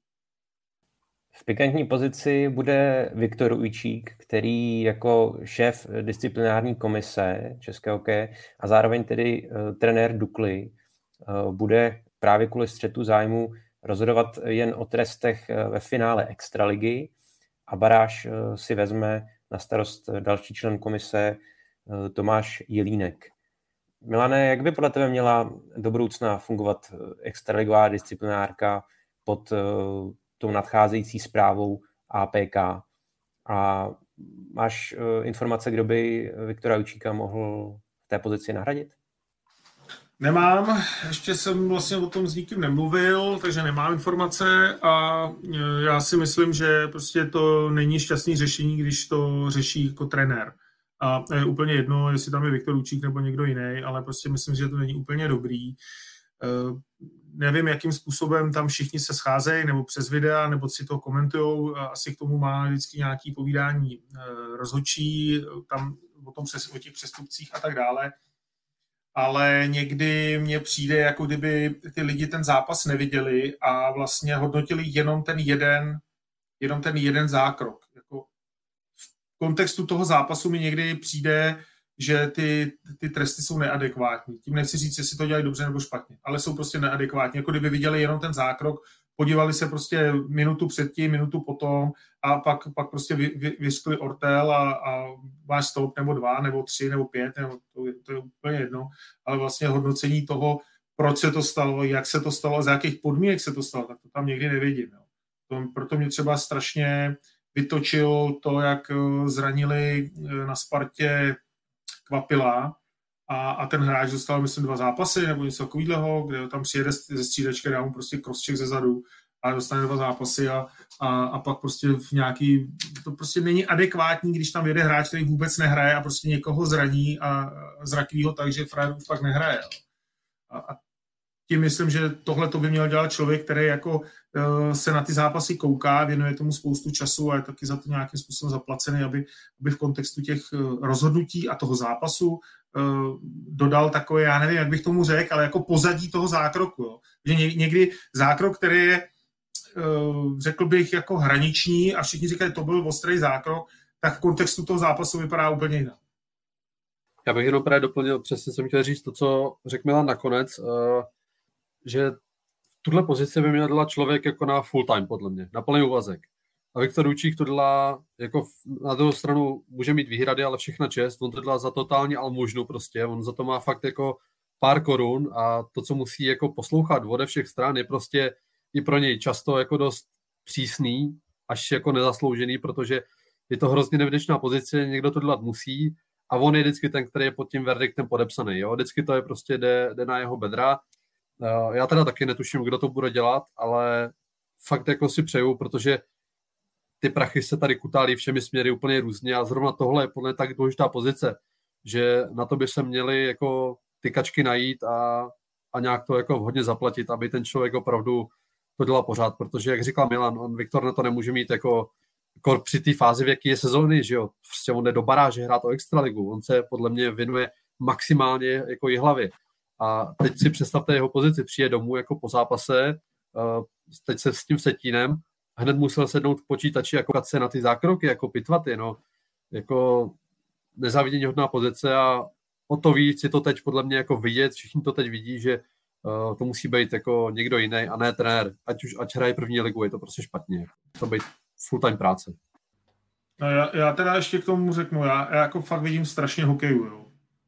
V pikantní pozici bude Viktor Ujčík, který jako šéf disciplinární komise českého hokeje a zároveň tedy trenér Dukly bude právě kvůli střetu zájmu rozhodovat jen o trestech ve finále extraligy a baráž si vezme na starost další člen komise Tomáš Jelínek. Milane, jak by podle tebe měla do budoucna fungovat extraligová disciplinárka pod tou nadcházející zprávou APK? A máš informace, kdo by Viktora Ujčíka mohl v té pozici nahradit? Nemám, ještě jsem vlastně o tom s nikým nemluvil, takže nemám informace a já si myslím, že prostě to není šťastný řešení, když to řeší jako trenér. A je úplně jedno, jestli tam je Viktor Ujčík nebo někdo jiný, ale prostě myslím, že to není úplně dobrý. Nevím, jakým způsobem tam všichni se scházejí, nebo přes videa, nebo si to komentujou. Asi k tomu má vždycky nějaké povídání rozhodčí, tam o těch přestupcích a tak dále. Ale někdy mně přijde, jako kdyby ty lidi ten zápas neviděli a vlastně hodnotili jenom ten jeden zákrok. Jako v kontextu toho zápasu mi někdy přijde, že ty tresty jsou neadekvátní. Tím nechci říct, jestli to dělají dobře nebo špatně, ale jsou prostě neadekvátní. Jako kdyby viděli jenom ten zákrok, podívali se prostě minutu předtím, minutu potom a pak prostě vyskli ortel a máš stop nebo 2, nebo 3, nebo 5, nebo to je úplně jedno, ale vlastně hodnocení toho, proč se to stalo, jak se to stalo, z jakých podmínek se to stalo, tak to tam někdy nevidím. Jo. Proto mě třeba strašně vytočil to, jak zranili na Spartě Kvapila a ten hráč dostal, myslím, 2 zápasy nebo něco takového, kde tam přijede ze střídačky, dá mu prostě crosscheck ze zadu a dostane 2 zápasy a pak prostě v nějaký, to prostě není adekvátní, když tam jede hráč, který vůbec nehraje a prostě někoho zraní a zraklí ho tak, že frajer už pak nehraje. A tím myslím, že tohle to by měl dělat člověk, který jako se na ty zápasy kouká, věnuje tomu spoustu času a je taky za to nějakým způsobem zaplacený, aby v kontextu těch rozhodnutí a toho zápasu dodal takové, já nevím, jak bych tomu řekl, ale jako pozadí toho zákroku. Jo. Že někdy zákrok, který je, řekl bych, jako hraniční a všichni říkají, to byl ostrý zákrok, tak v kontextu toho zápasu vypadá úplně jinak. Já bych jenom právě doplnil, přesně jsem chtěl říct to, co řekl Milan nakonec, že v tuhle pozici by měl dělat člověk jako na full time, podle mě, na plný úvazek. A Viktor Ujčík to dělá, jako na druhou stranu může mít výhrady, ale všechna čest, on to dělá za totální almužnu prostě, on za to má fakt jako pár korun a to, co musí jako poslouchat ode všech stran, je prostě i pro něj často jako dost přísný, až jako nezasloužený, protože je to hrozně nevděčná pozice, někdo to dělat musí a on je vždycky ten, který je pod tím verdiktem podepsaný, jo, vždycky to je prostě jde na jeho bedra. Já teda taky netuším, kdo to bude dělat, ale fakt jako si přeju, protože ty prachy se tady kutálí všemi směry úplně různě a zrovna tohle je podle mě tak důležitá pozice, že na to by se měli jako ty kačky najít a nějak to jako vhodně zaplatit, aby ten člověk opravdu to dělal pořád, protože jak říkal Milan, Viktor na to nemůže mít jako při té fázi, v jaký je sezóny, že jo, prostě on jde do baráže hrát o extraligu, on se podle mě věnuje maximálně jako Jihlavě. A teď si představte jeho pozici, přijde domů jako po zápase, teď se s tím Setínem, hned musel sednout k počítači a koukat se na ty zákroky, jako pitvaty, no, jako nezáviděníhodná pozice a o to víc je to teď podle mě jako vidět, všichni to teď vidí, že to musí být jako někdo jiný a ne trenér, ať hraje první ligu, je to prostě špatně, to být full-time práce. No já teda ještě k tomu řeknu, já jako fakt vidím strašně hokeju, jo.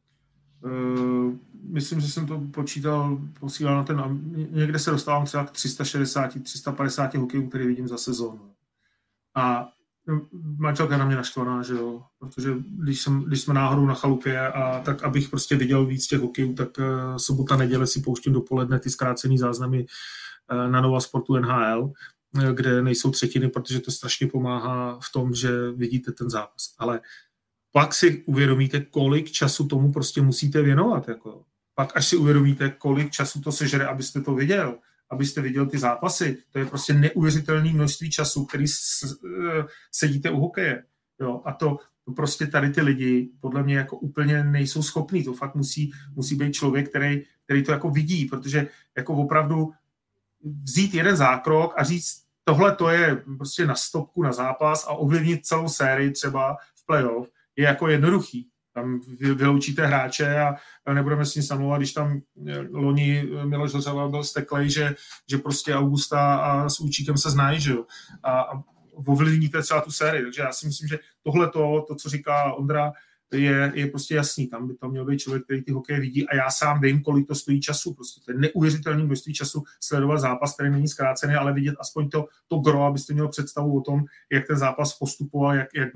Myslím, že jsem to posílal na ten, někde se dostávám třeba k 360-350 hokejů, který vidím za sezónu. A manželka na mě naštvaná, že jo, protože když jsme náhodou na chalupě a tak abych prostě viděl víc těch hokejů, tak sobota, neděle si pouštím dopoledne ty zkrácený záznamy na Nova Sportu NHL, kde nejsou třetiny, protože to strašně pomáhá v tom, že vidíte ten zápas. Ale pak si uvědomíte, kolik času tomu prostě musíte věnovat. Jako. Pak až si uvědomíte, kolik času to sežere, abyste to viděl, abyste viděl ty zápasy. To je prostě neuvěřitelné množství času, který sedíte u hokeje. Jo? A to prostě tady ty lidi podle mě jako úplně nejsou schopní. To fakt musí být člověk, který to jako vidí, protože jako opravdu vzít jeden zákrok a říct, tohle to je prostě na stopku na zápas a ovlivnit celou sérii třeba v playoff, je jako jednoduchý. Tam vyloučíte hráče a nebudeme s ním samlouvat, když tam loni Miloš Hořava byl steklej, že prostě Augusta a s Účíkem se znají, že jo. A ovlivníte třeba tu sérii. Takže já si myslím, že tohle to, co říká Ondra, je prostě jasný. Tam by to měl být člověk, který ty hokeje vidí a já sám vím, kolik to stojí času. Prostě to je neuvěřitelné množství času sledovat zápas, který není zkrácený, ale vidět aspoň to gro, abyste měl představu o tom, jak ten zápas postupoval, jak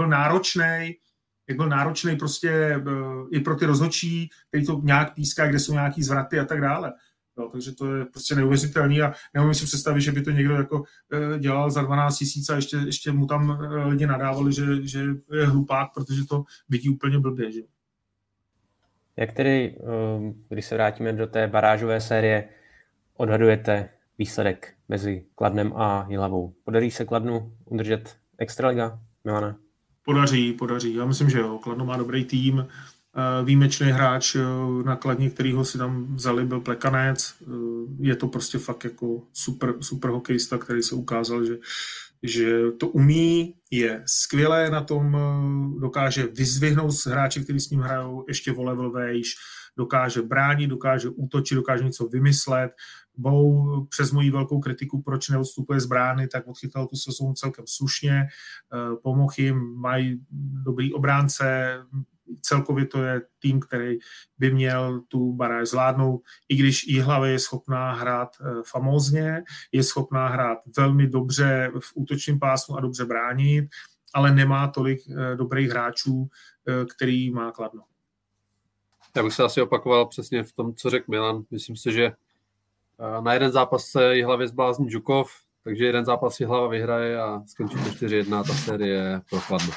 byl náročný prostě i pro ty rozhodčí, který to nějak píská, kde jsou nějaký zvraty a tak dále. Jo, takže to je prostě neuvěřitelný a nemůžu si představit, že by to někdo jako dělal za 12 000 a ještě mu tam lidi nadávali, že je hlupák, protože to vidí úplně blbě. Že? Jak tedy, když se vrátíme do té barážové série, odhadujete výsledek mezi Kladnem a Jihlavou? Podaří se Kladnu udržet extraliga, Milane? Podaří. Já myslím, že jo. Kladno má dobrý tým. Výjimečný hráč na Kladně, kterýho si tam vzali, byl Plekanec. Je to prostě fakt jako super hokejista, který se ukázal, že to umí, je skvělé na tom, dokáže vyzdvihnout hráče, kteří s ním hrajou ještě o level vejš, dokáže bránit, dokáže útočit, dokáže něco vymyslet. Bou přes moji velkou kritiku, proč neodstupuje z brány, tak odchytal tu sezónu celkem slušně, pomohl jim, mají dobrý obránce, celkově to je tým, který by měl tu baráž zvládnout, i když Jihlava je schopná hrát famózně, je schopná hrát velmi dobře v útočním pásmu a dobře bránit, ale nemá tolik dobrých hráčů, který má Kladno. Já bych se asi opakoval přesně v tom, co řekl Milan. Myslím si, že na jeden zápas se Jihlavě zblázní Žukov, takže jeden zápas Jihlava vyhraje a skončí to 4-1 ta série pro Kladno.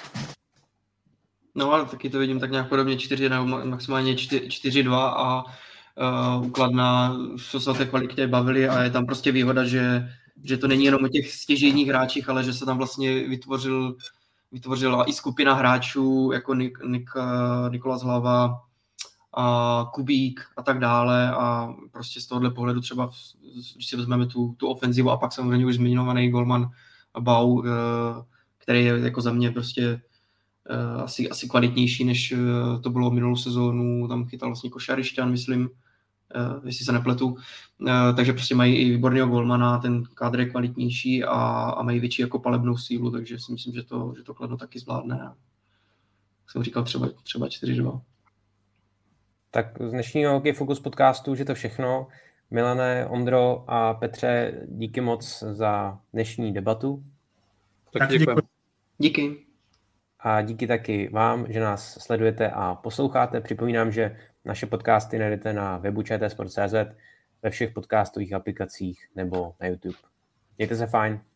No ale taky to vidím tak nějak podobně 4-1, maximálně 4-2 a u Kladna se o té kvalitě bavili a je tam prostě výhoda, že to není jenom o těch stěžejních hráčích, ale že se tam vlastně vytvořila i skupina hráčů jako Nikolas Hlava a Kubík a tak dále a prostě z tohohle pohledu třeba, když si vezmeme tu ofenzivu a pak samozřejmě už zmiňovaný golman Bau, který je jako za mě prostě asi kvalitnější, než to bylo minulou sezónu, tam chytal vlastně Košarišťan, myslím, jestli se nepletu, takže prostě mají i výborného golmana, ten kádr je kvalitnější a mají větší jako palebnou sílu, takže si myslím, že to Kladno taky zvládne. Jak jsem říkal, třeba 4-2. Tak z dnešního Hockey Focus podcastu už je to všechno. Milane, Ondro a Petře, díky moc za dnešní debatu. Tak děkuji. Díky. A díky taky vám, že nás sledujete a posloucháte. Připomínám, že naše podcasty najdete na webu čtsport.cz, ve všech podcastových aplikacích nebo na YouTube. Mějte se fajn.